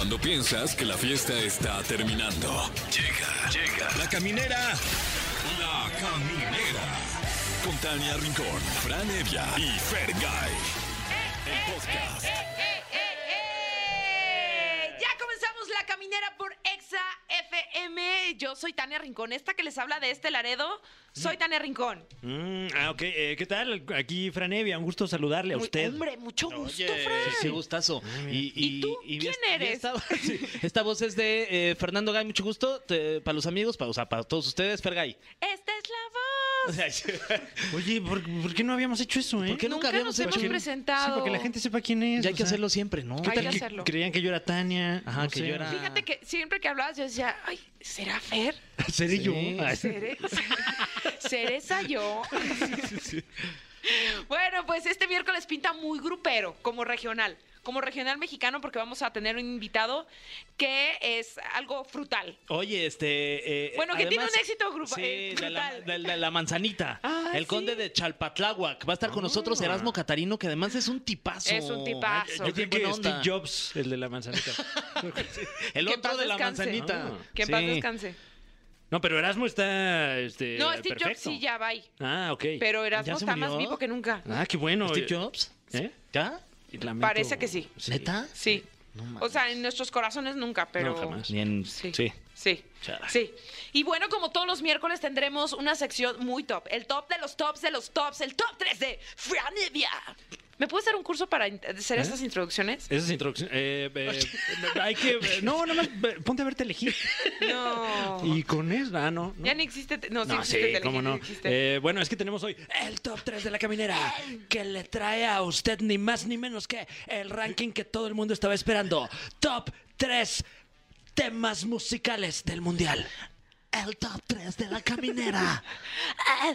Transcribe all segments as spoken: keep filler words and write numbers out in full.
Cuando piensas que la fiesta está terminando. Llega, llega. La Caminera. La Caminera. Con Tania Rincón, Fran Evia y Fergay. El podcast. ¡Eh, eh, eh, eh! Ya comenzamos La Caminera por Exa F M. Yo soy Tania Rincón. Esta que les habla de este Laredo, soy Tania Rincón. Mm, ah, ok. Eh, ¿Qué tal? Aquí, Fran Evia, un gusto saludarle a Muy- usted. Hombre, mucho gusto, Oye, Fran. sí, sí, gustazo. Y, ¿Y tú? ¿Quién eres? Esta, sí, esta voz es de eh, Fernando Gay, mucho gusto. Te- para los amigos, para, o sea, para todos ustedes, Fergay. Esta es la voz. O sea, Oye, ¿por, por qué no habíamos hecho eso, eh? ¿Por qué Nunca, nunca habíamos nos hecho? hemos Sí, presentado. para que la gente sepa quién es. ya hay o que sea, hacerlo siempre, ¿no? ¿Qué Hay tal que que hacerlo. creían que yo era Tania? Ajá, No que sé. yo era- Fíjate que siempre que hablabas yo decía, ay, ¿será Fer? ¿Seré Sí. yo? Ay, ¿Seré, ¿Seré esa yo? Bueno, pues este miércoles pinta muy grupero, como regional. Como regional mexicano, porque vamos a tener un invitado que es algo frutal. Oye, este... eh, Bueno, que tiene además- un éxito grupo- Sí, eh, de la, brutal. de la- la manzanita. Ah, el sí. conde de Chalpatláhuac. Va a estar con nosotros Erasmo Catarino, que además es un tipazo. Es un tipazo. Yo Ay, creo bien que buena Steve onda. Jobs, el de la manzanita. El Que en otro paz de la descanse. manzanita. Ah. Que en Sí. paz descanse. No, pero Erasmo está este, No, Steve Jobs perfecto. sí ya va ahí. Ah, ok. Pero ¿Ya Erasmo se está más murió? vivo que nunca. Ah, qué bueno. ¿Steve Jobs? ¿Eh? ¿Ya? Lamento- Parece que sí. ¿Neta? Sí. No mames. O sea, en nuestros corazones nunca, pero... No, jamás. Ni en... Sí. Sí. Sí. Chara. Sí. Y bueno, como todos los miércoles tendremos una sección muy top. El top de los tops de los tops. El top tres de Fran Evia. ¿Me puedes dar un curso para in- hacer ¿Eh? estas introducciones? Esa es introducción. Eh, eh, hay que. No, nada más eh, ponte a ver Telehit. No. Y con eso. Ah, no. no. Ya ni existe... te- No, sí No, existe sí, Telehit, cómo sí no. existe. Eh, bueno, es que tenemos hoy el top tres de la caminera, que le trae a usted ni más ni menos que el ranking que todo el mundo estaba esperando. Top tres temas musicales del mundial. El top tres de la caminera. Ah,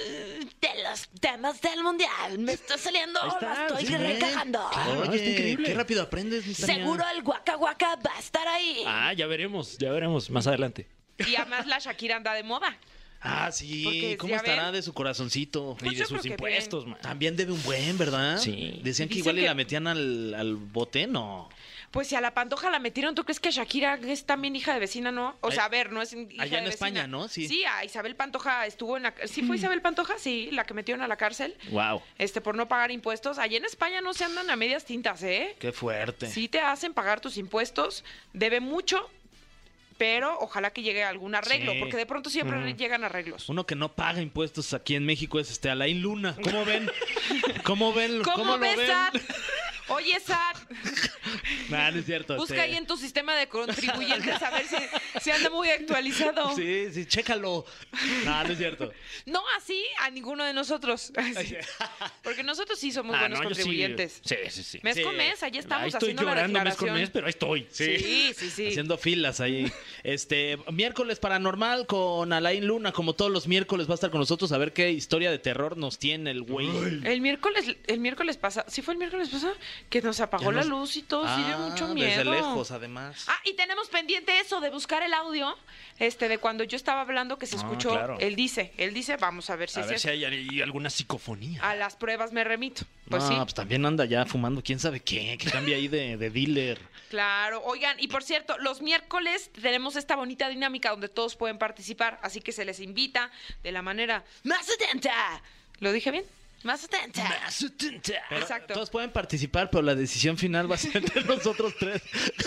de los temas del mundial. Me está saliendo, Ahí está, la estoy sí, recajando. Claro, Oye, está increíble. qué rápido aprendes, mi Tania. Seguro el Waka Waka va a estar ahí. Ah, ya veremos, ya veremos más adelante. Y además la Shakira anda de moda. Ah, sí. Porque, ¿Cómo ya estará ven. de su corazoncito? Pues Y yo de sus creo que impuestos, man. También debe un buen, ¿verdad? Sí. Decían que Dicen igual y que- la metían al, al bote, ¿no? Pues si a la Pantoja la metieron, ¿tú crees que Shakira es también hija de vecina, no? O sea, a ver, no es hija allá en de España, vecina. ¿no? Sí. Sí, a Isabel Pantoja estuvo en la... ¿Sí fue Isabel Pantoja? Sí, la que metieron a la cárcel. Wow. Este, por no pagar impuestos. Allá en España no se andan a medias tintas, ¿eh? Qué fuerte. Sí te hacen pagar tus impuestos, debe mucho, pero ojalá que llegue algún arreglo, Sí. porque de pronto siempre llegan arreglos. Uno que no paga impuestos aquí en México es este Alain Luna. ¿Cómo ven? ¿Cómo ven? ¿Cómo, lo ves, ven? Sat? Oye, Sat, Nah, no es cierto. busca este- ahí en tu sistema de contribuyentes a ver si, si anda muy actualizado. Sí, sí, chécalo. No, no es cierto. No así a ninguno de nosotros. Porque nosotros sí somos Ah, buenos no, yo sí. contribuyentes. Sí, sí, sí. Mes Sí. con mes, allí estamos Ahí estoy haciendo la llorando mes con declaración. mes, pero ahí estoy. Sí, sí, sí. Haciendo filas ahí. Este, miércoles paranormal con Alain Luna, como todos los miércoles va a estar con nosotros a ver qué historia de terror nos tiene el güey. El miércoles, el miércoles pasado, ¿sí fue el miércoles pasado? Que nos apagó Ya la nos- luz y todo, sí dio Ah, mucho miedo. Desde lejos, además. Ah, y tenemos pendiente eso de buscar el audio, este, de cuando yo estaba hablando que se Ah, escuchó. claro. Él dice, él dice, vamos a ver si A es ver si cierto. hay ahí alguna psicofonía. A las pruebas me remito. Pues no, sí, pues también anda ya fumando quién sabe qué, que cambia ahí de, de dealer. claro. Oigan, y por cierto, los miércoles tenemos esta bonita dinámica donde todos pueden participar, así que se les invita de la manera más atenta. ¿Lo dije bien? Más atenta. Pero Exacto. Todos pueden participar, pero la decisión final va a ser entre nosotros tres.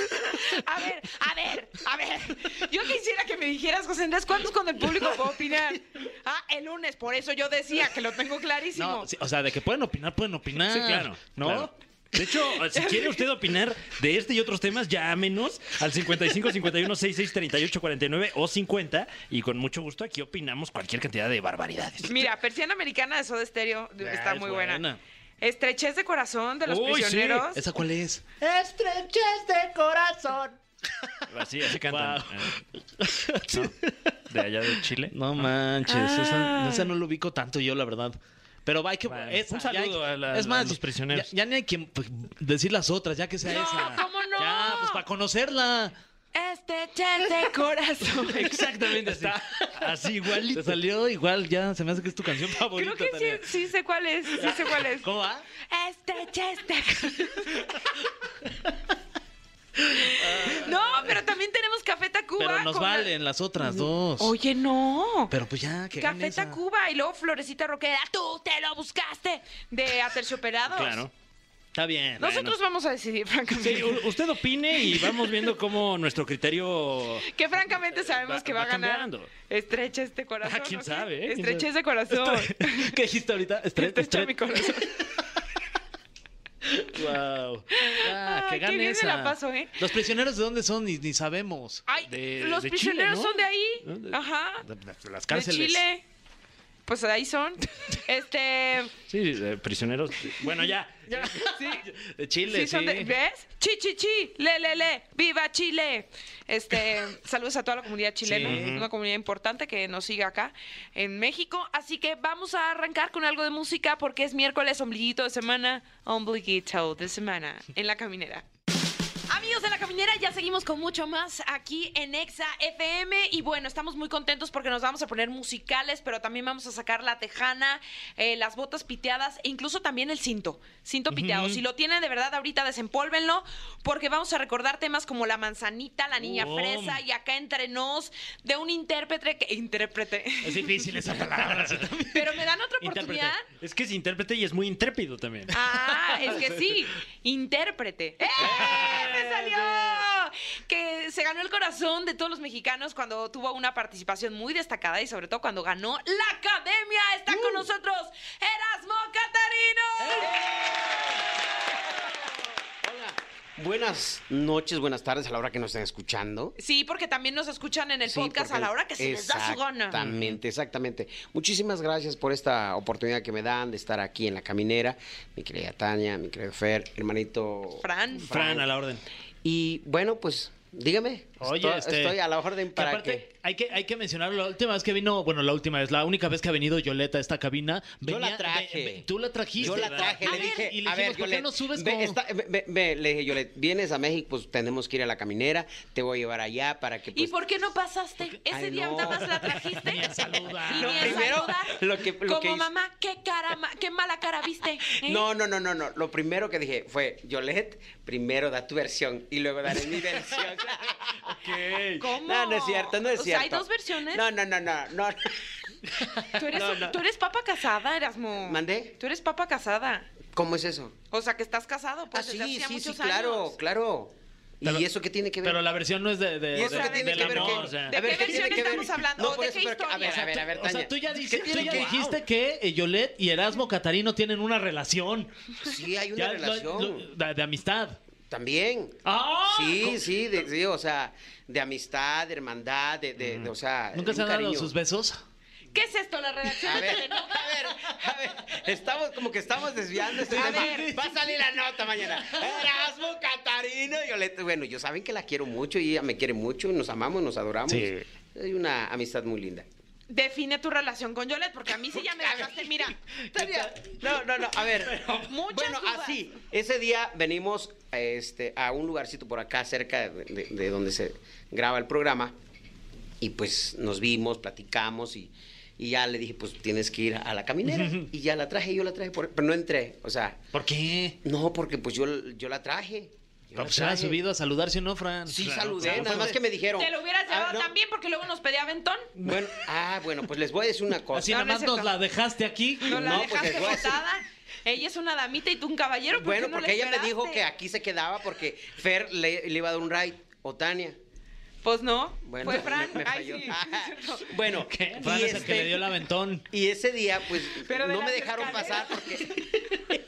A ver, a ver, a ver. Yo quisiera que me dijeras, José Andrés, ¿cuántos con el público puedo opinar? Ah, el lunes, por eso yo decía que lo tengo clarísimo. No, sí, o sea, de que pueden opinar, pueden opinar. Sí, claro. ¿No? claro. De hecho, si quiere usted opinar de este y otros temas, llámenos al cincuenta y cinco cincuenta y uno sesenta y seis treinta y ocho cuarenta y nueve o cincuenta y con mucho gusto aquí opinamos cualquier cantidad de barbaridades. Mira, Persiana Americana de Soda Stereo está es muy buena. buena. Estrechez de corazón de los Uy, sí. prisioneros. ¿Esa cuál es? Estrechez de corazón. Así, así cantan. Wow. Eh, ¿no? De allá de Chile. No manches, esa, esa no lo ubico tanto yo, la verdad. Pero va, hay que... Bueno, esa, un saludo ya hay- a la- es más, a los prisioneros. Ya, ya ni hay que pues, decir las otras, ya que sea No, esa. ¿cómo no? Ya, pues para conocerla. Estrechez de corazón. Exactamente así. Así igualito. Te salió igual, ya se me hace que es tu canción favorita. Creo que sí, Tania. sí sé cuál es, sí sé cuál es. ¿Cómo va? Estrechez de corazón. Tacuba. Pero nos con la- valen las otras dos. Oye, no. Pero pues ya, que gane Café esa. Tacuba y luego Florecita Roquera. Tú te lo buscaste. De Aterciopelados. Claro. Está bien. Nosotros vamos a decidir, francamente. Sí, u- usted opine y vamos viendo cómo nuestro criterio... Que francamente sabemos Va- que va, va a ganar. cambiando. Estrecha este corazón. Ah, quién ¿no? sabe, ¿eh? ¿Quién Estrechez de corazón. ¿Qué dijiste ahorita? Estre- Estrecha estre- mi corazón. Wow. Ah, que Ay, qué gane bien me esa. la paso, ¿eh? Los prisioneros de dónde son ni, ni sabemos. Ay, De- los de prisioneros Chile, ¿no? son de ahí. ¿No? De- Ajá. de- de las De cárceles. Chile. Pues de ahí son. Este. Sí, de prisioneros. Bueno, ya. Sí. De Chile, Sí, son de- ¿ves? Chi, chi, chi, le, le, le, viva Chile. Este, saludos a toda la comunidad chilena, Sí. una comunidad importante que nos sigue acá en México. Así que vamos a arrancar con algo de música porque es miércoles, ombliguito de semana, ombliguito de semana en La Caminera. Amigos de La Caminera, ya seguimos con mucho más aquí en Exa F M y bueno, estamos muy contentos porque nos vamos a poner musicales, pero también vamos a sacar la tejana, eh, las botas piteadas e incluso también el cinto, cinto piteado. Si lo tienen de verdad ahorita desempólvenlo porque vamos a recordar temas como La Manzanita, La Niña Oh. Fresa y Acá Entre Nos de un intérprete que... Intérprete. Es difícil esa palabra. sí, también. Pero me dan otra Intérprete. oportunidad. Es que es intérprete y es muy intrépido también. Ah, es que sí, intérprete. ¡Eh! ¡Me salió! Que se ganó el corazón de todos los mexicanos cuando tuvo una participación muy destacada y sobre todo cuando ganó la Academia. Está con nosotros Erasmo Catarino. Buenas noches, buenas tardes a la hora que nos estén escuchando. Sí, porque también nos escuchan en el Sí, podcast a porque- la hora que se les da su gana. Exactamente, exactamente. Muchísimas gracias por esta oportunidad que me dan de estar aquí en La Caminera. Mi querida Tania, mi querido Fer, hermanito Fran. Fran, a la orden. Y bueno, pues dígame. Oye, estoy, este, estoy a la orden Que para aparte, que... hay que hay que mencionar la última vez que vino, bueno, la última vez, la única vez que ha venido Yoleta a esta cabina. Yo la venía- traje. ve- ve- tú la trajiste. Yo la ¿verdad? traje, A le ver. dije, Y le a dijimos, ver, ¿por qué Yolet, no subes ve, como- está- ve- ve- ve", le dije, Yolet, vienes a México, pues tenemos que ir a La Caminera, te voy a llevar allá para que ¿Y pues... por qué no pasaste? Ese Ay, día no. nada más la trajiste. Ni a saludar. Y No, ni a primero, saludar. lo que- lo Como que hice- mamá, qué cara, ma- qué mala cara viste. ¿eh? No, no, no, no, no. Lo primero que dije fue, Yolet, primero da tu versión y luego daré mi versión. ¿Cómo? No, no es cierto, no es O sea, cierto. ¿hay dos versiones? No, no, no, no, no. Tú eres, No, no. tú eres papa casada, Erasmo. ¿Mandé? Tú eres papa casada. ¿Cómo es eso? O sea, que estás casado, pues, ah, desde sí, hacía sí, sí, muchos claro, años. claro. Pero- ¿Y eso qué tiene que ver? Pero la versión no es de, de, ¿Y eso de- qué tiene del que ver? amor, ¿Qué- o sea. ¿De a ver, qué ¿qué tiene versión que ver? estamos hablando? No, ¿O por de eso, qué pero que- a historia? ver, a ver, a ver, O sea, Tania. tú ya, ¿Qué dijiste, tiene tú ya que- dijiste que eh, Yolet y Erasmo Catarino tienen una relación. Sí, hay una Ya, lo- relación. lo- de, de amistad. También. ¡Ah! Sí, sí, de, sí, o sea, de amistad, de hermandad, de, de, de, o sea... ¿Nunca un se han dado cariño. sus besos? ¿Qué es esto, la redacción A de ver, Telenovelas? a ver, a ver, estamos como que estamos desviando este A tema. ver. Va a salir la nota mañana. Erasmo, Catarino y Yoleta. Bueno, yo saben que la quiero mucho y ella me quiere mucho, nos amamos, nos adoramos. Sí. Hay una amistad muy linda. Define tu relación con Yolet, porque a mí sí ya me dejaste, mira. Tania, No, no, no, a ver. Muchas bueno, dudas. así, ese día venimos este, a un lugarcito por acá cerca de, de- de donde se graba el programa y pues nos vimos, platicamos y, y ya le dije, pues tienes que ir a La Caminera y ya la traje, yo la traje, por- pero no entré, o sea, ¿Por qué? no, porque pues yo, yo la traje. Yo Pero la pues se han traje. subido a saludarse, ¿no, Fran? Sí, Claro, saludé, claro. nada más que me dijeron. Te lo hubieras Ah, llevado no, también porque luego nos pedía aventón. Bueno, ah, bueno, pues les voy a decir una cosa. Así No, nada no es más nos cierto. la dejaste aquí. No la No, pues, dejaste les voy a decir- botada. Ella es una damita y tú un caballero. ¿por Bueno, qué no porque le ella me esperaste? dijo que aquí se quedaba porque Fer le, le iba a dar un ride, o Tania. Pues no, Bueno, fue Fran. me, me Ay, falló. sí. Bueno, ¿Qué? y, Fran es el este- que le dio el aventón. y ese día, pues, Pero de no me las dejaron escaleras. pasar porque...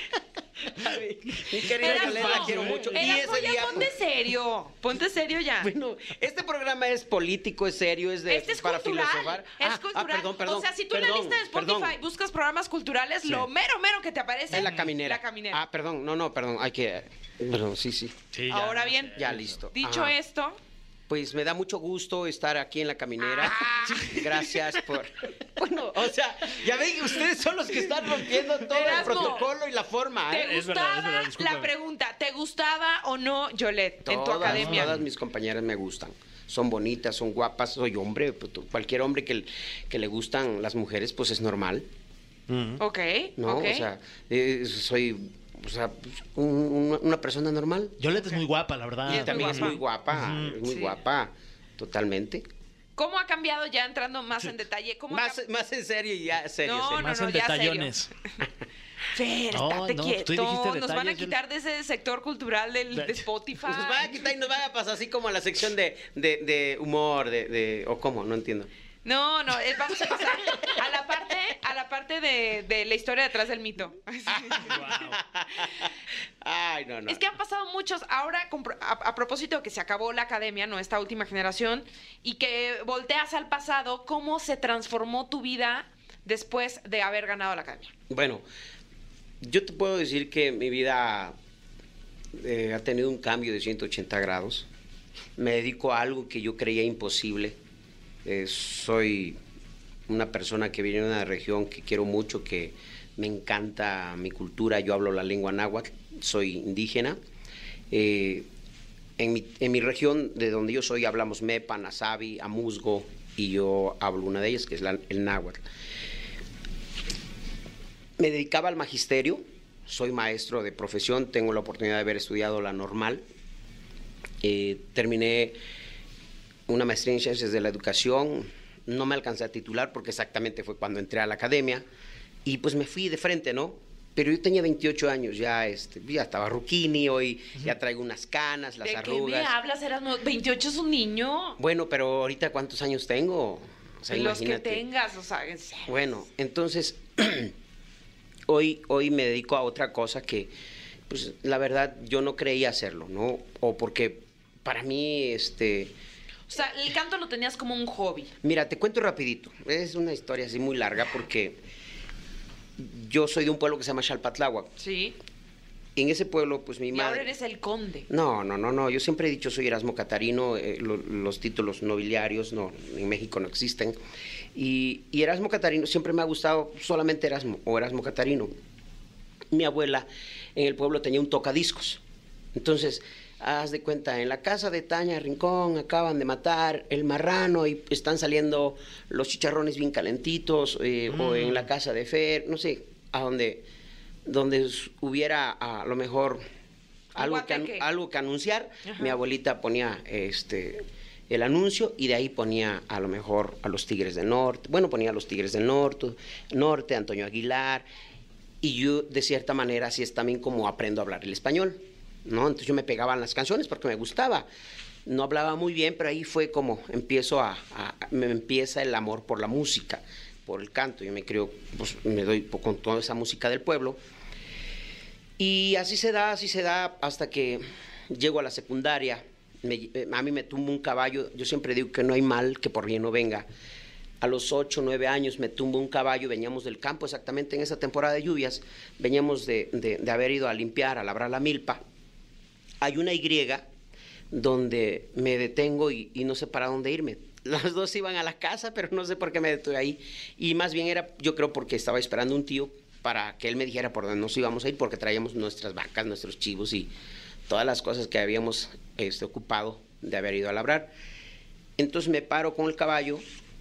Ay, mi querida Erasmo, Yolanda, la quiero mucho. Y Erasmo, ese ya día, ponte pues, serio. Ponte serio ya. bueno, este programa es político, es serio, es de Este es para cultural. filosofar. Es Ah, cultural. Ah, perdón, perdón. O sea, si tú en la perdón, lista de Spotify perdón. buscas programas culturales, lo mero, mero que te aparece Es La Caminera. La Caminera. Ah, perdón, no, no, perdón, hay que... Perdón, sí, sí. Sí, ya. Ahora bien, Ya listo. dicho Ajá. esto, Pues me da mucho gusto estar aquí en La Caminera. Ah. Gracias por... Bueno, o sea, ya ven que ustedes son los que están rompiendo todo el Erasmo, protocolo y la forma, ¿te ¿eh? Es verdad, gustaba es verdad, discúlpame. la pregunta? ¿Te gustaba o no Yolet en tu Todas, academia? todas mis compañeras me gustan. Son bonitas, son guapas, soy hombre. pues, tú- Cualquier hombre que, que le gustan las mujeres, pues es normal, Ok, ¿no? ok. O sea, eh, soy... O sea, pues, un- una, una persona normal. Yoleta es muy guapa, la Y verdad. es También muy es muy guapa, es muy Sí. guapa. totalmente. ¿Cómo ha cambiado ya entrando más en detalle? ¿Cómo ha Más, cam- más en serio y ya, serio, No, serio. no, Más no, en ya serio. detallones. Fer, No, estate no, quieto. tú dijiste Nos van a detalles, yo- quitar de ese sector cultural del, de Spotify. Nos van a quitar y nos van a pasar así como a la sección de, de, de humor, de, de... ¿O cómo? No entiendo. No, no, eh, vamos a pasar a la parte, a la parte de, de la historia detrás del mito. Ay, no, no. Es que han pasado muchos. Ahora, con pro- a, a propósito de que se acabó la academia, ¿no? Esta última generación, y que volteas al pasado, ¿cómo se transformó tu vida después de haber ganado la academia? Bueno, yo te puedo decir que mi vida eh, ha tenido un cambio de ciento ochenta grados. Me dedico a algo que yo creía imposible. Eh, soy una persona que viene de una región que quiero mucho, que me encanta mi cultura. Yo hablo la lengua náhuatl, soy indígena. Eh, en, mi, en mi región, de donde yo soy, hablamos mepa, nasabi, amuzgo, y yo hablo una de ellas, que es la- el náhuatl. Me dedicaba al magisterio, soy maestro de profesión, tengo la oportunidad de haber estudiado la normal. Eh, terminé una maestría en ciencias de la educación, no me alcancé a titular porque exactamente fue cuando entré a la academia y pues me fui de frente, ¿no? Pero yo tenía veintiocho años, ya, este, ya estaba ruquini, hoy ya traigo unas canas, las ¿De qué arrugas. me hablas? Eras no- veintiocho es un niño. Bueno, pero ahorita ¿cuántos años tengo? O sea, Los que imagínate. tengas, o sea, en serio. Bueno, entonces, hoy, hoy me dedico a otra cosa que, pues, la verdad, yo no creía hacerlo, ¿no? O porque para mí, este... O sea, el canto lo tenías como un hobby. Mira, te cuento rapidito. Es una historia así muy larga porque yo soy de un pueblo que se llama Xalpatláhuac. Sí. En ese pueblo, pues, mi Y madre... ahora eres el conde. No, no, no, no. Yo siempre he dicho soy Erasmo Catarino. eh, lo- los títulos nobiliarios no, en México no existen. Y, y Erasmo Catarino siempre me ha gustado solamente Erasmo o Erasmo Catarino. Mi abuela en el pueblo tenía un tocadiscos. Entonces, haz de cuenta, en la casa de Tania Rincón acaban de matar el marrano y están saliendo los chicharrones bien calentitos, eh, o en la casa de Fer, no sé, a donde, donde hubiera a lo mejor algo que, guateque. anu- algo que anunciar, Ajá. mi abuelita ponía este el anuncio y de ahí ponía a lo mejor a los Tigres del Norte, bueno, ponía a los Tigres del Norte, Norte, Antonio Aguilar, y yo de cierta manera así es también como aprendo a hablar el español, ¿no? Entonces yo me pegaba en las canciones porque me gustaba. No hablaba muy bien, pero ahí fue como empiezo a, a- me empieza el amor por la música, por el canto. Yo me creo, pues me doy po- con toda esa música del pueblo. Y así se da, así se da hasta que llego a la secundaria. Me- eh, a mí me tumba un caballo. Yo siempre digo que no hay mal que por bien no venga. A los ocho, nueve años me tumba un caballo, veníamos del campo exactamente en esa temporada de lluvias, veníamos de, de- de haber ido a limpiar, a labrar la milpa. Hay una Y donde me detengo y, y no sé para dónde irme. Las dos iban a la casa, pero no sé por qué me detuve ahí. Y más bien era, yo creo, porque estaba esperando un tío para que él me dijera por dónde nos íbamos a ir, porque traíamos nuestras vacas, nuestros chivos y todas las cosas que habíamos este, ocupado de haber ido a labrar. Entonces me paro con el caballo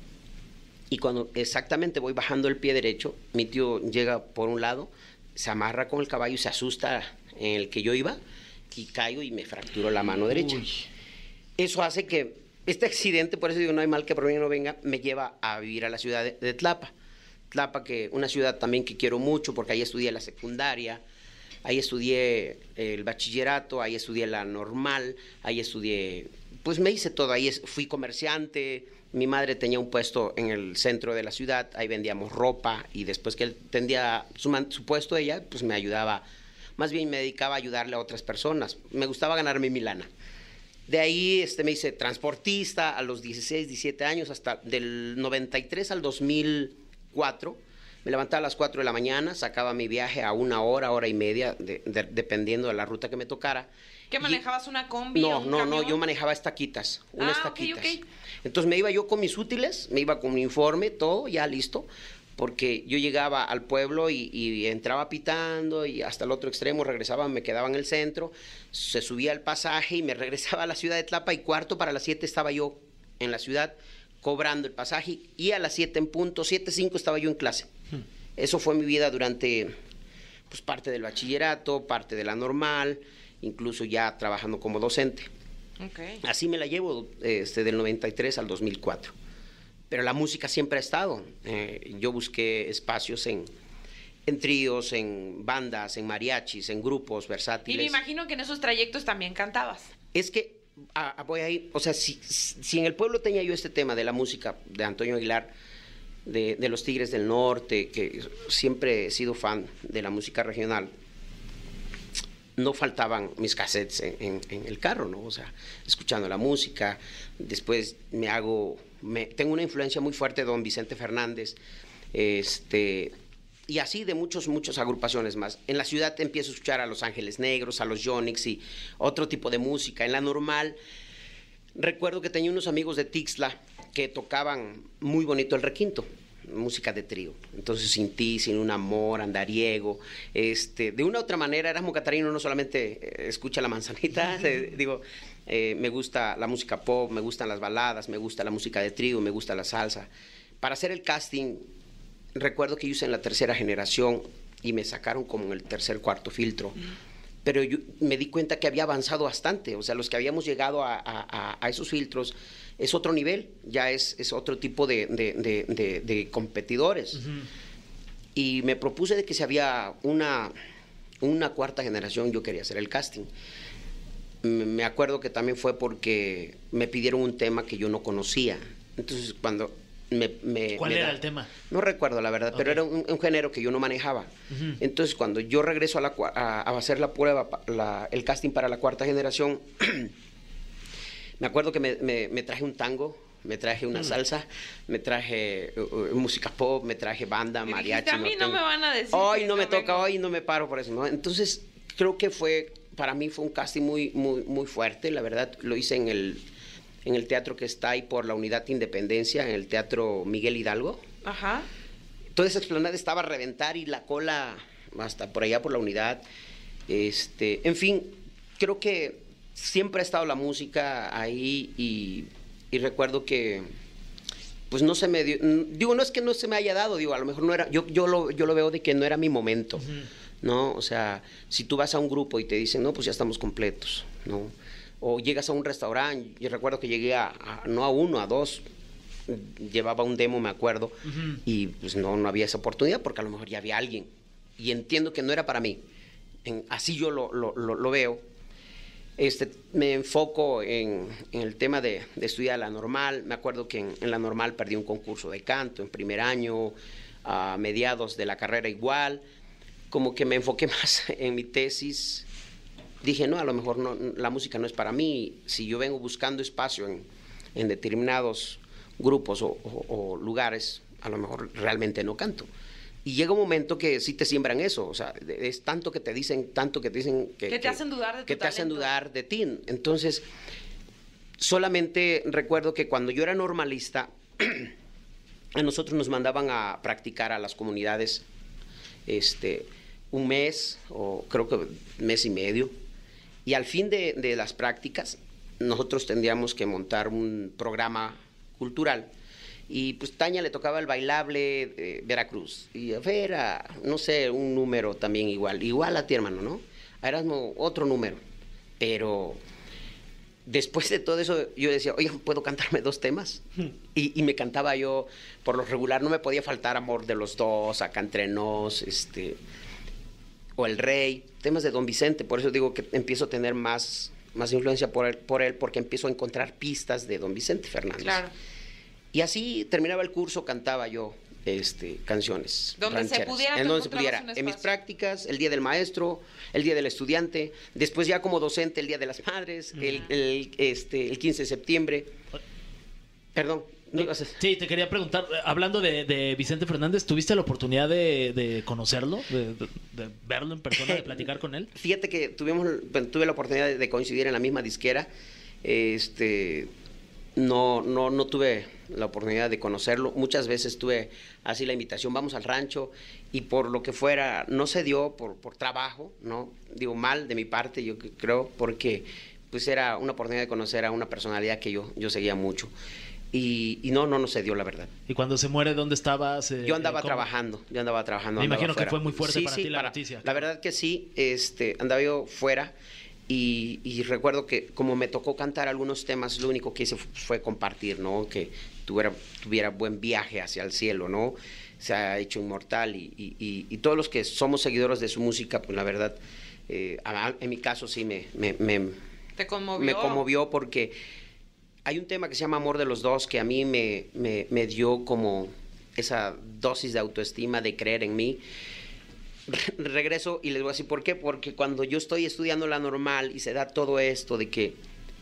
y cuando exactamente voy bajando el pie derecho, mi tío llega por un lado, se amarra con el caballo y se asusta en el que yo iba y caigo y me fracturo la mano derecha. Eso hace que este accidente, por eso digo, no hay mal que por bien no venga, me lleva a vivir a la ciudad de, de Tlapa. Tlapa, que una ciudad también que quiero mucho porque ahí estudié la secundaria, ahí estudié el bachillerato, ahí estudié la normal, ahí estudié, pues me hice todo, ahí es- fui comerciante, mi madre tenía un puesto en el centro de la ciudad, ahí vendíamos ropa y después que él tendía su, man- su puesto ella, pues me ayudaba, más bien me dedicaba a ayudarle a otras personas, me gustaba ganarme mi lana. De ahí este, me hice transportista a los dieciséis, diecisiete años, hasta del noventa y tres al dos mil cuatro. Me levantaba a las cuatro de la mañana, sacaba mi viaje a una hora, hora y media, de- de- dependiendo de la ruta que me tocara. ¿Qué Y- manejabas? ¿Una combi o No, un no, no, camión? yo manejaba estaquitas, unas Ah, ok, estaquitas. ok. Entonces me iba yo con mis útiles, me iba con mi informe, todo ya listo, porque yo llegaba al pueblo y, y entraba pitando y hasta el otro extremo regresaba, me quedaba en el centro, se subía el pasaje y me regresaba a la ciudad de Tlapa y cuarto para las siete estaba yo en la ciudad cobrando el pasaje y a las siete en punto, siete cinco estaba yo en clase. Eso fue mi vida durante pues parte del bachillerato, parte de la normal, incluso ya trabajando como docente. Okay. Así me la llevo este, del noventa y tres al dos mil cuatro. Pero la música siempre ha estado. Eh, yo busqué espacios en, en tríos, en bandas, en mariachis, en grupos versátiles. Y me imagino que en esos trayectos también cantabas. Es que a, a, voy a ir, o sea, si, si en el pueblo tenía yo este tema de la música de Antonio Aguilar, de, de los Tigres del Norte, que siempre he sido fan de la música regional, no faltaban mis cassettes en, en, en el carro, ¿no? O sea, escuchando la música. Después me hago, me, tengo una influencia muy fuerte de don Vicente Fernández, este, y así de muchos, muchas agrupaciones más. En la ciudad empiezo a escuchar a Los Ángeles Negros, a los Yonix y otro tipo de música. En la normal, recuerdo que tenía unos amigos de Tixla que tocaban muy bonito el requinto, música de trío. Entonces, Sin Ti, Sin Un Amor, Andariego, este, de una u otra manera, Erasmo Catarino no solamente eh, escucha la manzanita, eh, digo, eh, me gusta la música pop, me gustan las baladas, me gusta la música de trío, me gusta la salsa. Para hacer el casting, recuerdo que yo hice en la tercera generación y me sacaron como en el tercer, cuarto filtro. Pero yo me di cuenta que había avanzado bastante, o sea, los que habíamos llegado a, a, a esos filtros es otro nivel, ya es, es otro tipo de, de, de, de, de competidores. Uh-huh. Y me propuse de que si había una, una cuarta generación, yo quería hacer el casting. Me acuerdo que también fue porque me pidieron un tema que yo no conocía. Entonces, cuando me... me ¿Cuál me era da, el tema? No recuerdo, la verdad, okay. Pero era un, un género que yo no manejaba. Uh-huh. Entonces, cuando yo regreso a, la, a, a hacer la prueba, la, el casting para la cuarta generación... Me acuerdo que me, me, me traje un tango, me traje una mm. salsa, me traje uh, uh, música pop, me traje banda, y mariachi. A mí no, no me van a decir. Hoy no me vengo. toca, hoy no me paro por eso, ¿no? Entonces, creo que fue, para mí fue un casting muy, muy, muy fuerte. La verdad, lo hice en el, en el teatro que está ahí por la Unidad Independencia, en el Teatro Miguel Hidalgo. Ajá. Toda esa explanada estaba a reventar y la cola hasta por allá por la Unidad. Este, en fin, creo que siempre ha estado la música ahí y, y recuerdo que pues no se me dio, digo, no es que no se me haya dado, digo, a lo mejor no era, yo, yo, lo, yo lo veo de que no era mi momento, uh-huh. ¿no? O sea, si tú vas a un grupo y te dicen, no, pues ya estamos completos, ¿no? O llegas a un restaurante, yo recuerdo que llegué a, a no a uno, a dos, llevaba un demo, me acuerdo, uh-huh. y pues no, no había esa oportunidad porque a lo mejor ya había alguien y entiendo que no era para mí, en, así yo lo, lo, lo, lo veo. Este, me enfoco en, en el tema de, de estudiar la normal. Me acuerdo que en, en la normal perdí un concurso de canto en primer año, a mediados de la carrera igual. Como que me enfoqué más en mi tesis. Dije, no, a lo mejor no, la música no es para mí. Si yo vengo buscando espacio en, en determinados grupos o, o, o lugares, a lo mejor realmente no canto. Y llega un momento que sí te siembran eso, o sea, es tanto que te dicen, tanto que te dicen que... Que te hacen dudar de tu Que te talento. hacen dudar de ti. Entonces, solamente recuerdo que cuando yo era normalista, a nosotros nos mandaban a practicar a las comunidades este, un mes, o creo que mes y medio, y al fin de, de las prácticas, nosotros tendríamos que montar un programa cultural. Y pues Tania le tocaba el bailable de Veracruz. Y a Vera, no sé, un número también igual. Igual a ti, hermano, ¿no? A Erasmo, otro número. Pero después de todo eso, yo decía, oye, ¿puedo cantarme dos temas? Y, y me cantaba yo, por lo regular, no me podía faltar Amor de los Dos, Acá Entre Nos, este, o El Rey, temas de Don Vicente. Por eso digo que empiezo a tener más, más influencia por él, por él, porque empiezo a encontrar pistas de Don Vicente Fernández. Claro. Y así terminaba el curso, cantaba yo este, canciones donde rancheras. se pudiera, en donde se pudiera, en mis prácticas, el día del maestro, el día del estudiante, después ya como docente el día de las madres, uh-huh. el, el, este, el quince de septiembre. Perdón. ¿No ibas a... Sí, te quería preguntar, hablando de, de Vicente Fernández, ¿tuviste la oportunidad de, de conocerlo, de, de, de verlo en persona, de platicar con él? Fíjate que tuvimos, tuve la oportunidad de coincidir en la misma disquera. Este, no, no, no tuve la oportunidad de conocerlo. Muchas veces tuve así la invitación, vamos al rancho, y por lo que fuera, no se dio por, por trabajo, ¿no? Digo, mal de mi parte, yo creo, porque pues era una oportunidad de conocer a una personalidad que yo, yo seguía mucho. Y, y no, no, no se dio, la verdad. ¿Y cuando se muere, dónde estabas? Eh, yo andaba ¿cómo? trabajando, yo andaba trabajando. Me andaba imagino fuera. que fue muy fuerte sí, para sí, ti la para, noticia. La verdad que sí, este, andaba yo fuera Y, y recuerdo que como me tocó cantar algunos temas, lo único que hice fue, fue compartir, ¿no? Que tuviera, tuviera buen viaje hacia el cielo, ¿no? Se ha hecho inmortal y, y, y, y todos los que somos seguidores de su música, pues la verdad, eh, a- en mi caso sí me, me, me, Te conmovió. me conmovió porque hay un tema que se llama Amor de los Dos que a mí me, me, me dio como esa dosis de autoestima, de creer en mí. Re- Regreso y les voy a decir por qué, porque cuando yo estoy estudiando la normal y se da todo esto de que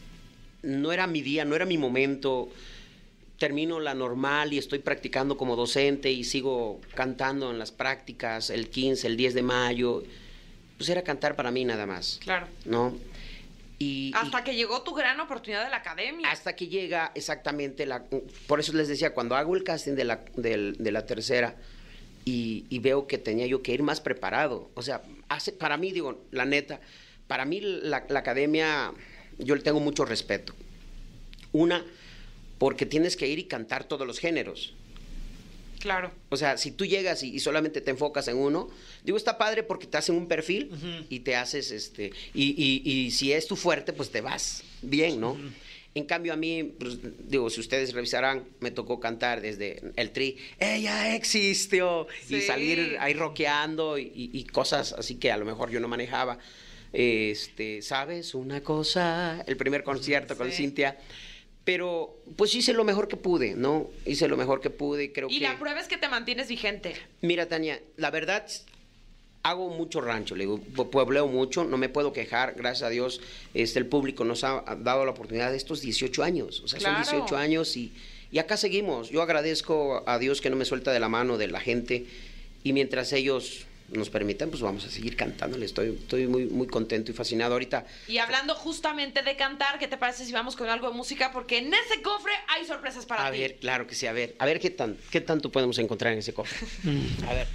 no era mi día, no era mi momento, termino la normal y estoy practicando como docente y sigo cantando en las prácticas el quince, el diez de mayo, pues era cantar para mí nada más, Claro. ¿no? Y, Hasta y que llegó tu gran oportunidad de la academia. hasta que llega exactamente la... Por eso les decía, cuando hago el casting de la, del- de la tercera y, y veo que tenía yo que ir más preparado, o sea, hace, para mí, digo, la neta, para mí la, la academia, yo le tengo mucho respeto. Una, porque tienes que ir y cantar todos los géneros. Claro. O sea, si tú llegas y, y solamente te enfocas en uno, digo, está padre porque te hacen un perfil y te haces, este, y, y, y si es tu fuerte, pues te vas bien, ¿no? En cambio, a mí, pues, digo, si ustedes revisarán, me tocó cantar desde el tri, ella existió, y Sí. salir ahí rockeando y, y- y cosas así que a lo mejor yo no manejaba. Este, ¿sabes? Una cosa, el primer concierto con Sí. Cintia. Pero, pues hice lo mejor que pude, ¿no? Hice lo mejor que pude y creo Y que... la prueba es que te mantienes vigente. Mira, Tania, la verdad, hago mucho rancho, le digo, pu- puebleo mucho, no me puedo quejar, gracias a Dios, este, el público nos ha ha dado la oportunidad de estos dieciocho años, o sea, Claro. son dieciocho años y, y acá seguimos. Yo agradezco a Dios que no me suelta de la mano de la gente y mientras ellos nos permitan, pues vamos a seguir cantándole. Estoy, estoy muy, muy contento y fascinado ahorita. Y hablando justamente de cantar, ¿qué te parece si vamos con algo de música? Porque en ese cofre hay sorpresas para A ti. ver, claro que sí, a ver, a ver qué tan, qué tanto podemos encontrar en ese cofre. A ver.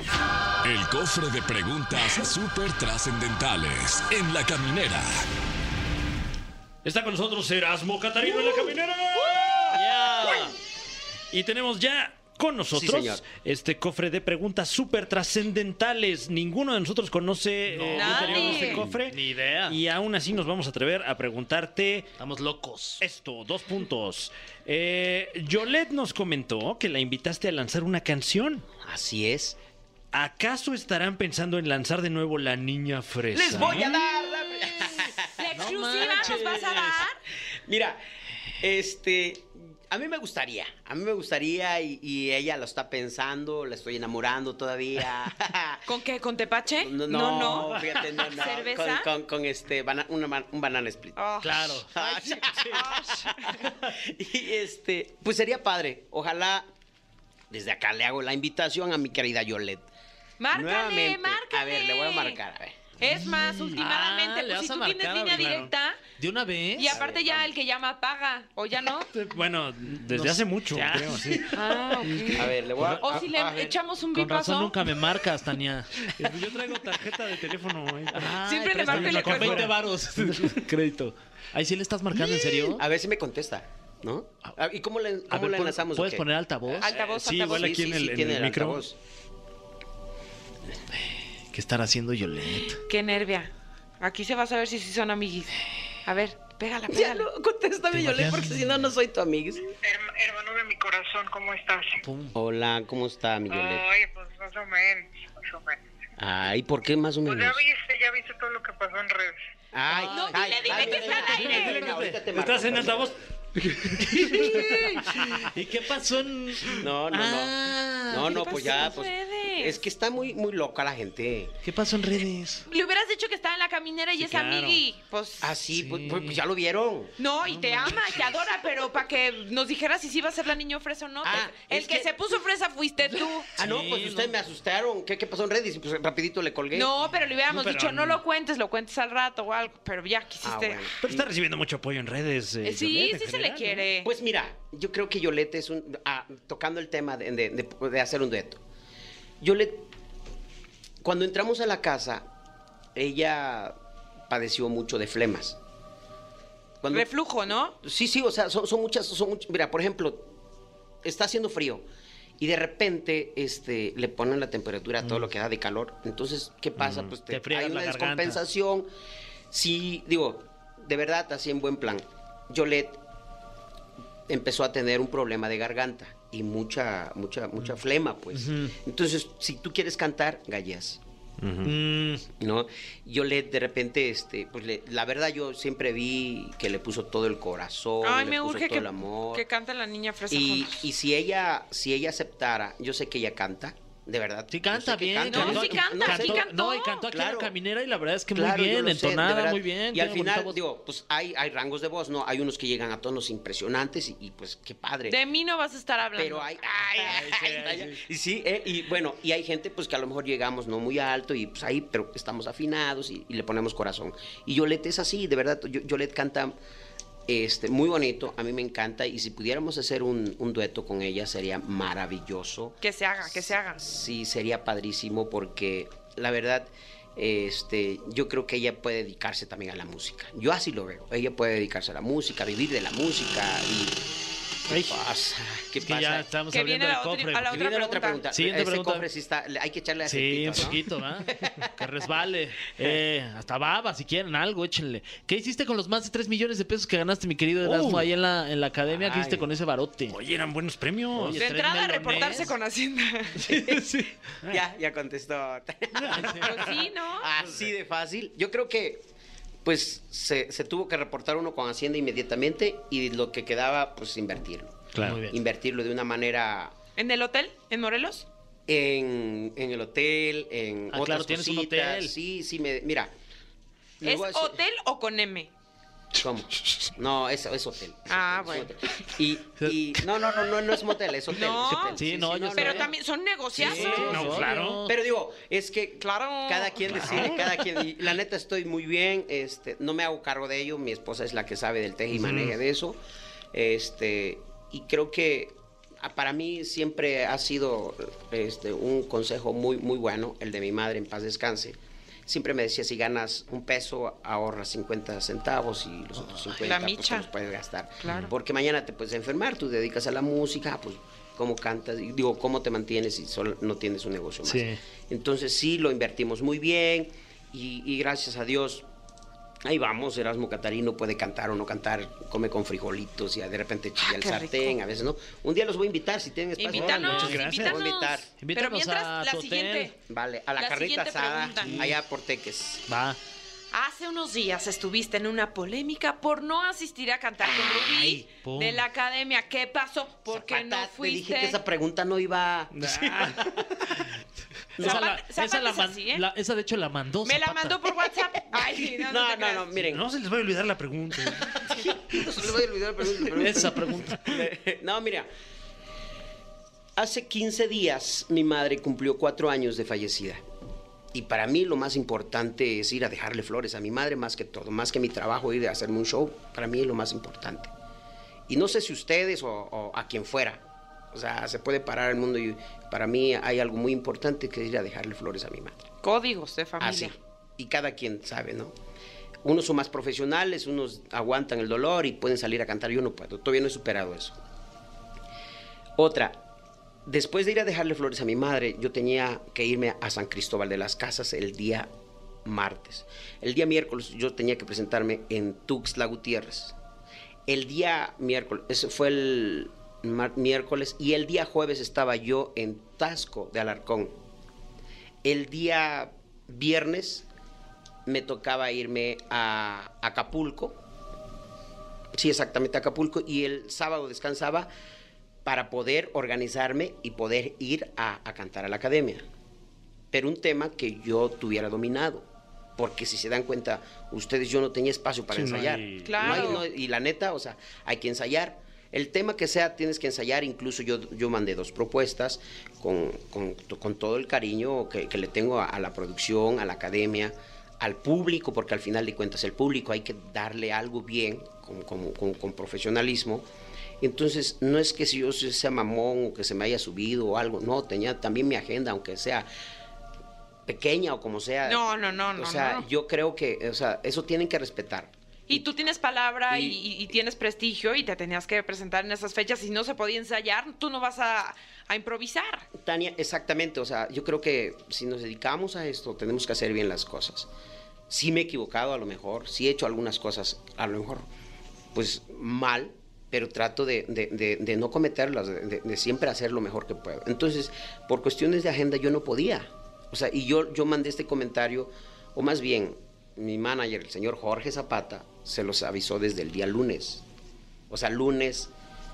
El cofre de preguntas súper trascendentales en la caminera. Está con nosotros Erasmo Catarino en la caminera. Y tenemos ya con nosotros Sí, señor. este cofre de preguntas súper trascendentales. Ninguno de nosotros conoce eh, el interior de este cofre. Ni idea. Y aún así nos vamos a atrever a preguntarte Estamos locos. esto, dos puntos. Eh, Yolette nos comentó que la invitaste a lanzar una canción. Así es. ¿Acaso estarán pensando en lanzar de nuevo La Niña Fresa? Les voy a dar la... ¿La exclusiva nos vas a dar? Mira, este, a mí me gustaría, a mí me gustaría y, y ella lo está pensando, la estoy enamorando todavía. ¿Con qué? ¿Con tepache? No, no. no, fíjate, no, no. ¿Cerveza? Con, con, con este, bana- una man- un banana split. Oh. Claro. Y este, pues sería padre. Ojalá, desde acá le hago la invitación a mi querida Yolette. Márcale, Nuevamente. márcale. A ver, le voy a marcar, a ver. Es más, últimamente, Ah, ¿le pues vas si a tú tienes marcar línea ahorita? directa ¿De una vez? y aparte ya el que llama paga, ¿o ya no? Bueno, desde No hace sé. mucho, Ya. creo, sí. Ah, ok. A ver, le voy a... O si le a ver. echamos un Con razón bipazo. nunca me marcas, Tania. Yo traigo tarjeta de teléfono. eh. Siempre le préstame marco y una le con cuelgo. veinte varos. Crédito. Ahí sí le estás marcando, ¿en serio? A ver si me contesta, ¿no? Ah, ¿Y cómo le, A cómo ver, le pon- enlazamos? o ¿Puedes qué? poner altavoz? Altavoz, Sí, altavoz. igual aquí en el- en tiene el micro. altavoz. ¿Qué estará haciendo Yolette? Qué nervia. Aquí se va a saber si sí son amiguis. A ver, pégala, Ya pégala. no, contéstame, ¿Te Yolette, imaginas? porque si no, no soy tu amiga. Herma- hermano de mi corazón, ¿cómo estás? Pum. Hola, ¿cómo está mi Yolette? Ay, pues más o menos, más o menos. Ay, ¿por qué más o Pues menos? ya viste, ya viste todo lo que pasó en redes. Ay, No, dile, ay, dile ay, que ay, está al ay, aire. ay, ay, ahorita te marco. ¿Estás en altavoz? ¿Y qué pasó en...? No, no, no. Ah, No, no, ¿qué pues pasó ya, en pues. redes? Es que está muy, muy loca la gente. ¿Qué pasó en redes? Le hubieras dicho que estaba en la caminera y Sí, es claro. amigui. Pues. Ah, sí, Sí. Pues, pues- pues ya lo vieron. No, y te ama, te adora, pero para que nos dijeras si sí iba a ser la niño fresa o no. Ah, el es que, que- se puso fresa fuiste tú. Ah, no, Sí, pues ustedes no. me asustaron. ¿Qué, qué pasó en redes? Y pues rapidito le colgué. No, pero le hubiéramos No, pero dicho, no no. lo cuentes, lo cuentes al rato o algo. Pero ya Ah, quisiste. bueno. Pero está recibiendo mucho apoyo en redes. eh, Eh, sí, Yolette, en sí se general, le ¿no? quiere. Pues mira, yo creo que Yolette es un... ah, tocando el tema de, de- de- de hacer un dueto. Yolette, cuando entramos a la casa, ella padeció mucho de flemas. Cuando, Reflujo, ¿no? Sí, sí, o sea, son, son muchas, son much- mira, por ejemplo, está haciendo frío y de repente este, le ponen la temperatura a todo lo que da de calor. Entonces, ¿qué pasa? Pues te, Te friegas hay una la garganta. descompensación. sí, digo, de verdad, así en buen plan. Yolette empezó a tener un problema de garganta y mucha, mucha, mucha flema, pues. Ujú. Entonces, si tú quieres cantar, galleas. Mm, ¿No? Yolette de repente, este, pues le- la verdad yo siempre vi que le puso todo el corazón, Ay, le me puso urge todo que, el amor. que cante la niña fresa Y, juntos. y si ella, si ella aceptara, yo sé que ella canta, de verdad. sí yo canta sé que bien. No, cantó- sí canta, sé sí que- cantó. No, y cantó aquí en Claro. la caminera y la verdad es que Claro, muy yo bien, lo sé, de entonada, verdad. muy bien. Y al tiene bonita final, voz. digo, pues hay, hay rangos de voz, ¿no? Hay unos que llegan a tonos impresionantes y, y, pues qué padre. De mí no vas a estar hablando. Pero hay... Ay, ay, ay, ay. Y sí, eh, y bueno, y hay gente pues que a lo mejor llegamos no muy alto y pues ahí, pero estamos afinados y, y le ponemos corazón. Y Yolette es así, de verdad, Yo- Yolette canta este, muy bonito, a mí me encanta y si pudiéramos hacer un, un dueto con ella sería maravilloso. Que se haga, que se haga. Sí, sería padrísimo porque la verdad, este, yo creo que ella puede dedicarse también a la música. Yo así lo veo. Ella puede dedicarse a la música, a vivir de la música y ¿qué Ay, pasa? ¿Qué es que pasa? ya estamos Que abriendo viene el la otra- cofre. a la Y otra viene la otra pregunta. pregunta. Siguiente Ese pregunta. cofre sí está, le- hay que echarle Sí, aceitito, un ¿no? poquito, ¿verdad? Que resbale. Eh, hasta baba, si quieren algo, échenle. ¿Qué hiciste con los más de tres millones de pesos que ganaste, mi querido Erasmo, Uh. ahí en la, en la academia? ¿Qué Ay. hiciste con ese barote? Oye, eran buenos premios. Oye, De tres entrada, melones. reportarse con Hacienda. Sí. Ya, ya contestó. Pues sí, ¿no? Así de fácil. Yo creo que pues se, se tuvo que reportar uno con Hacienda inmediatamente y lo que quedaba pues invertirlo. Claro. Muy bien. Invertirlo de una manera ¿En el hotel? ¿En Morelos? en, en el hotel, en Ah, otras claro, tienes un cositas. hotel. Sí, sí, me, mira. les ¿Es voy a decir- hotel o con M? ¿Cómo? No, es, es hotel. es Ah, hotel, es bueno. hotel. Y, y no, no, no, no, no es motel, es hotel. No. es hotel. Sí, no, yo sé. Pero también son negociazos. Sí, no, obvio. claro. Pero digo, es que Claro. cada quien decide, cada quien. Y la neta estoy muy bien, este, no me hago cargo de ello, mi esposa es la que sabe del teje y maneje de eso. Este, y creo que ah, para mí siempre ha sido este, un consejo muy, muy bueno, el de mi madre, en paz descanse. Siempre me decía, si ganas un peso, ahorras cincuenta centavos y los otros cincuenta la pues, micha. te los puedes gastar. Claro. Porque mañana te puedes enfermar, tú dedicas a la música, pues cómo cantas, y digo, cómo te mantienes si solo no tienes un negocio más. Sí. Entonces sí, lo invertimos muy bien y, y gracias a Dios, ahí vamos, Erasmo Catarino puede cantar o no cantar, come con frijolitos y de repente chilla Ah, el qué sartén, rico. a veces no. Un día los voy a invitar si tienen espacio. Invítanos, muchas gracias. invítanos. Voy a invitar. Pero Invítanos mientras, a la tu siguiente. hotel. Vale, a la, La carrita siguiente asada, pregunta. allá por Teques. Va. Hace unos días estuviste en una polémica por no asistir a cantar con Rubí Ay, pum. de la academia. ¿Qué pasó? ¿Por qué no Zapata, te dije que fuiste? esa pregunta no iba... Esa, la- Zapata esa, la es man- así, ¿eh? la- esa de hecho la mandó. Me la Zapata. mandó por WhatsApp. Ay, sí, no, no, No, te no, creas. no, miren. No se les va a olvidar la pregunta. No se le voy a olvidar la pregunta, pero- Esa pregunta. No, mira. Hace quince días mi madre cumplió cuatro años de fallecida. Y para mí lo más importante es ir a dejarle flores a mi madre más que todo. Más que mi trabajo, ir a hacerme un show, para mí es lo más importante. Y no sé si ustedes o, o a quien fuera. O sea, se puede parar el mundo y para mí hay algo muy importante que es ir a dejarle flores a mi madre. Códigos de familia. Así. Y cada quien sabe, ¿no? Unos son más profesionales, unos aguantan el dolor y pueden salir a cantar. Yo no puedo, todavía no he superado eso. Otra, después de ir a dejarle flores a mi madre, yo tenía que irme a San Cristóbal de las Casas el día martes. El día miércoles yo tenía que presentarme en Tuxtla Gutiérrez. El día miércoles, ese fue el mar- miércoles, y el día jueves estaba yo en Tasco de Alarcón. El día viernes me tocaba irme a Acapulco. Sí, exactamente, a Acapulco. Y el sábado descansaba para poder organizarme y poder ir a, a cantar a la academia. Pero un tema que yo tuviera dominado. Porque si se dan cuenta, ustedes, yo no tenía espacio para Sí, no ensayar. hay- Claro. No hay- no- y la neta, o sea, hay que ensayar. El tema que sea, tienes que ensayar. Incluso yo, yo mandé dos propuestas con, con- con todo el cariño que, que le tengo a, a la producción, a la academia, al público, porque al final de cuentas el público hay que darle algo bien, con, con- con- con profesionalismo. Entonces, no es que si yo sea mamón o que se me haya subido o algo, no, tenía también mi agenda, aunque sea pequeña o como sea. No, no, no, no, O sea, no. yo creo que, o sea, eso tienen que respetar. Y tú tienes palabra y, Y- y- y tienes prestigio y te tenías que presentar en esas fechas y no se podía ensayar, tú no vas a, a improvisar. Tania, exactamente, o sea, yo creo que si nos dedicamos a esto, tenemos que hacer bien las cosas. Sí me he equivocado a lo mejor, sí he hecho algunas cosas a lo mejor, pues mal, pero trato de, de, de, de no cometerlas, de, de, de siempre hacer lo mejor que puedo. Entonces, por cuestiones de agenda yo no podía. O sea, y yo, yo mandé este comentario, o más bien, mi manager, el señor Jorge Zapata, se los avisó desde el día lunes. O sea, lunes,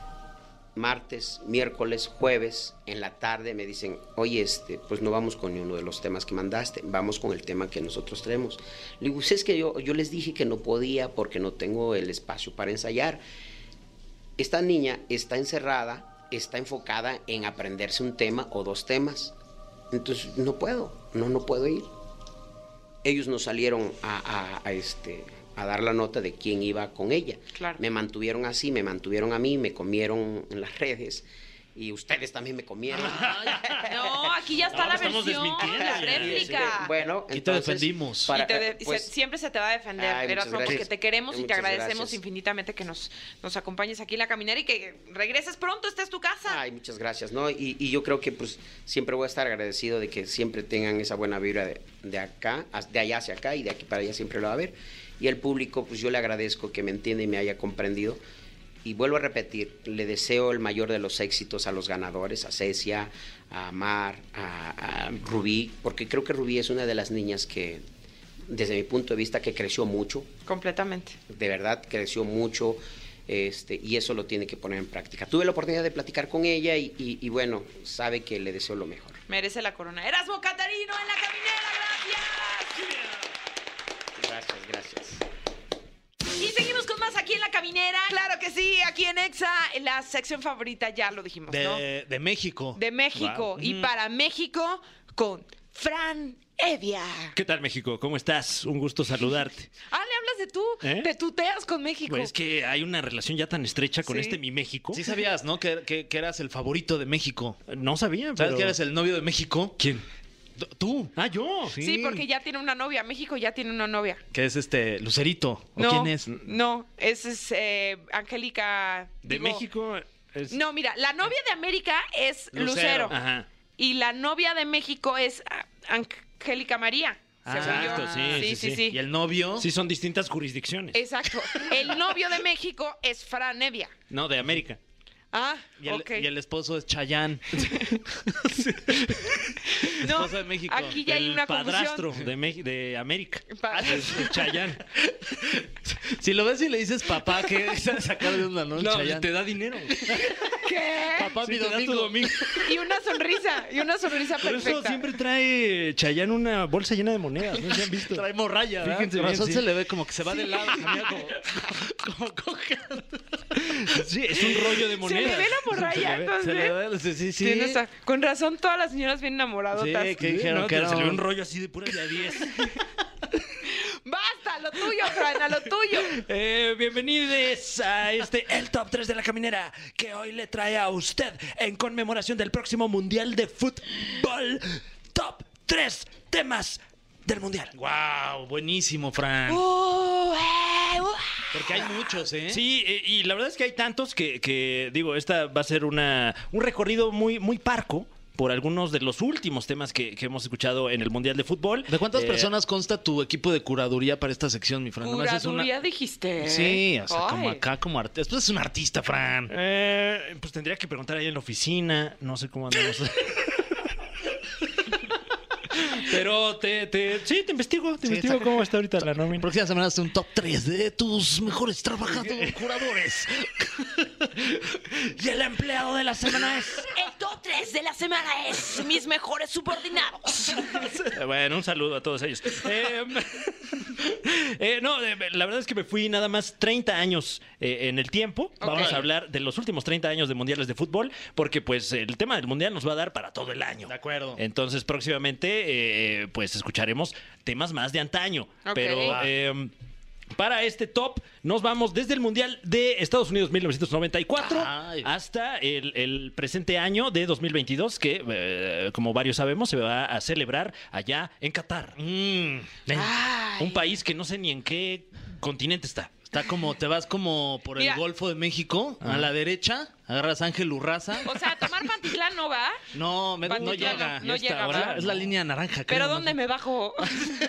martes, miércoles, jueves, en la tarde me dicen, oye, este, pues no vamos con uno de los temas que mandaste, vamos con el tema que nosotros traemos. Le digo, pues es que yo, yo les dije que no podía porque no tengo el espacio para ensayar. Esta niña está encerrada, está enfocada en aprenderse un tema o dos temas. Entonces, no puedo, no, no puedo ir. Ellos nos salieron a, a, a este... a dar la nota de quién iba con ella. Claro. Me mantuvieron así, me mantuvieron a mí, me comieron en las redes y ustedes también me comieron. No, aquí ya está No, la estamos versión, desmintiendo la ya. réplica. Bueno, Aquí te entonces, defendimos. para- Y te de- pues, se- siempre se te va a defender, Ay, Erasmo, muchas porque gracias. te queremos y te Muchas agradecemos gracias. infinitamente que nos, nos acompañes aquí en la caminera y que regreses pronto, esta es tu casa. Ay, muchas gracias, ¿no? Y, y yo creo que pues siempre voy a estar agradecido de que siempre tengan esa buena vibra de, de acá, de allá hacia acá y de aquí para allá siempre lo va a haber. Y el público, pues yo le agradezco que me entienda y me haya comprendido. Y vuelvo a repetir, le deseo el mayor de los éxitos a los ganadores, a Cecia, a Mar, a, a Rubí, porque creo que Rubí es una de las niñas que, desde mi punto de vista, que creció mucho, Completamente. de verdad creció mucho, este, y eso lo tiene que poner en práctica. Tuve la oportunidad de platicar con ella y, y, y bueno, sabe que le deseo lo mejor. Merece la corona. Erasmo Catarino en la caminera, gracias. Gracias, gracias. Y seguimos con más aquí en la caminera. Claro que sí, aquí en Exa, la sección favorita, ya lo dijimos, ¿no? De, de México. De México. Wow. Y Mm. para México, con Fran Evia. ¿Qué tal, México? ¿Cómo estás? Un gusto saludarte. Ah, le hablas de tú. ¿Eh? Te tuteas con México. Pues es que hay una relación ya tan estrecha con Sí. este mi México. Sí sabías, ¿no? Que, que- que eras el favorito de México. No sabía, ¿Sabes pero... que eres el novio de México? ¿Quién? T- Tú. Ah, yo. Sí, porque ya tiene una novia. México ya tiene una novia. Que es este Lucerito. ¿O No, quién es? No, esa es eh, Angélica. De digo- México es... No, mira, la novia de América es Lucero. Lucero. Ajá. Y la novia de México es ah, Angélica María. Ah, según yo. exacto, sí, sí, sí, sí, sí. Y el novio. Sí, son distintas jurisdicciones. Exacto. El novio de México es Fran Evia. No, de América. Ah, Y el, ok. y el esposo es Chayán. No, esposo de México. aquí ya hay El una padrastro confusión. de, Mex- de América. Pa- Es el Chayán. Si lo ves y le dices papá, que es a sacar de una ¿no? El No, Chayán. te da dinero. ¿Qué? Papá, Sí, mi te da tu domingo. domingo. Y una sonrisa, y una sonrisa Por eso perfecta. siempre trae Chayán una bolsa llena de monedas. ¿No se han visto? Trae morralla, ¿verdad? Fíjense Con bien, razón sí. se le ve como que se va de lado. Camina como, como cojeando. Sí, es un rollo de Se monedas. le ve la morralla, Se le ve. entonces. Se le ve, sí, sí, sí. Tienes a- Con razón, todas las señoras bien enamoradotas. Sí, que dijeron No, que te- era se le ve un- un rollo así de pura de a diez. Basta, lo tuyo, Fran, a lo tuyo. Eh, bienvenidos a este El Top tres de la Caminera, que hoy le trae a usted en conmemoración del próximo Mundial de Fútbol. Top tres temas del Mundial. Wow, buenísimo, Fran. Uh, eh, uh. Porque hay muchos, ¿eh? Sí, eh, y la verdad es que hay tantos que, que, digo, esta va a ser una, un recorrido muy, muy parco por algunos de los últimos temas que, que hemos escuchado en el Mundial de Fútbol. ¿De cuántas Eh, personas consta tu equipo de curaduría para esta sección, mi Fran? Nomás es una- Curaduría dijiste. Sí, o sea, como Ay. acá, como artista. Pues es un artista, Fran. Eh, pues tendría que preguntar ahí en la oficina. No sé cómo andamos. Pero te, te, sí, te investigo, te Sí, investigo está- cómo está ahorita la nómina. Próxima semana hace un top tres de tus mejores trabajadores, curadores. Y el empleado de la semana es... El top tres de la semana es mis mejores subordinados. Eh, Bueno, un saludo a todos ellos. Eh, eh, no, eh, la verdad es que me fui nada más treinta años eh, en el tiempo. Vamos Ok. a hablar de los últimos treinta años de mundiales de fútbol, porque pues el tema del mundial nos va a dar para todo el año. De acuerdo. Entonces, próximamente, eh, pues escucharemos temas más de antaño. Ok. Pero eh, para este top, nos vamos desde el Mundial de Estados Unidos mil novecientos noventa y cuatro Ay. hasta el, el presente año de dos mil veintidós, que, eh, como varios sabemos, se va a celebrar allá en Qatar. Mm, ven. Ay. Un país que no sé ni en qué continente está. Está como, te vas como por Mira. el Golfo de México, a la derecha, agarras Ángel Urraza. O sea, tomar Pantitlán no va. No, me- no Pantitlán llega. no Ya está, llega, ahora ¿verdad? es la línea naranja. creo, ¿Pero no dónde sé. me bajo?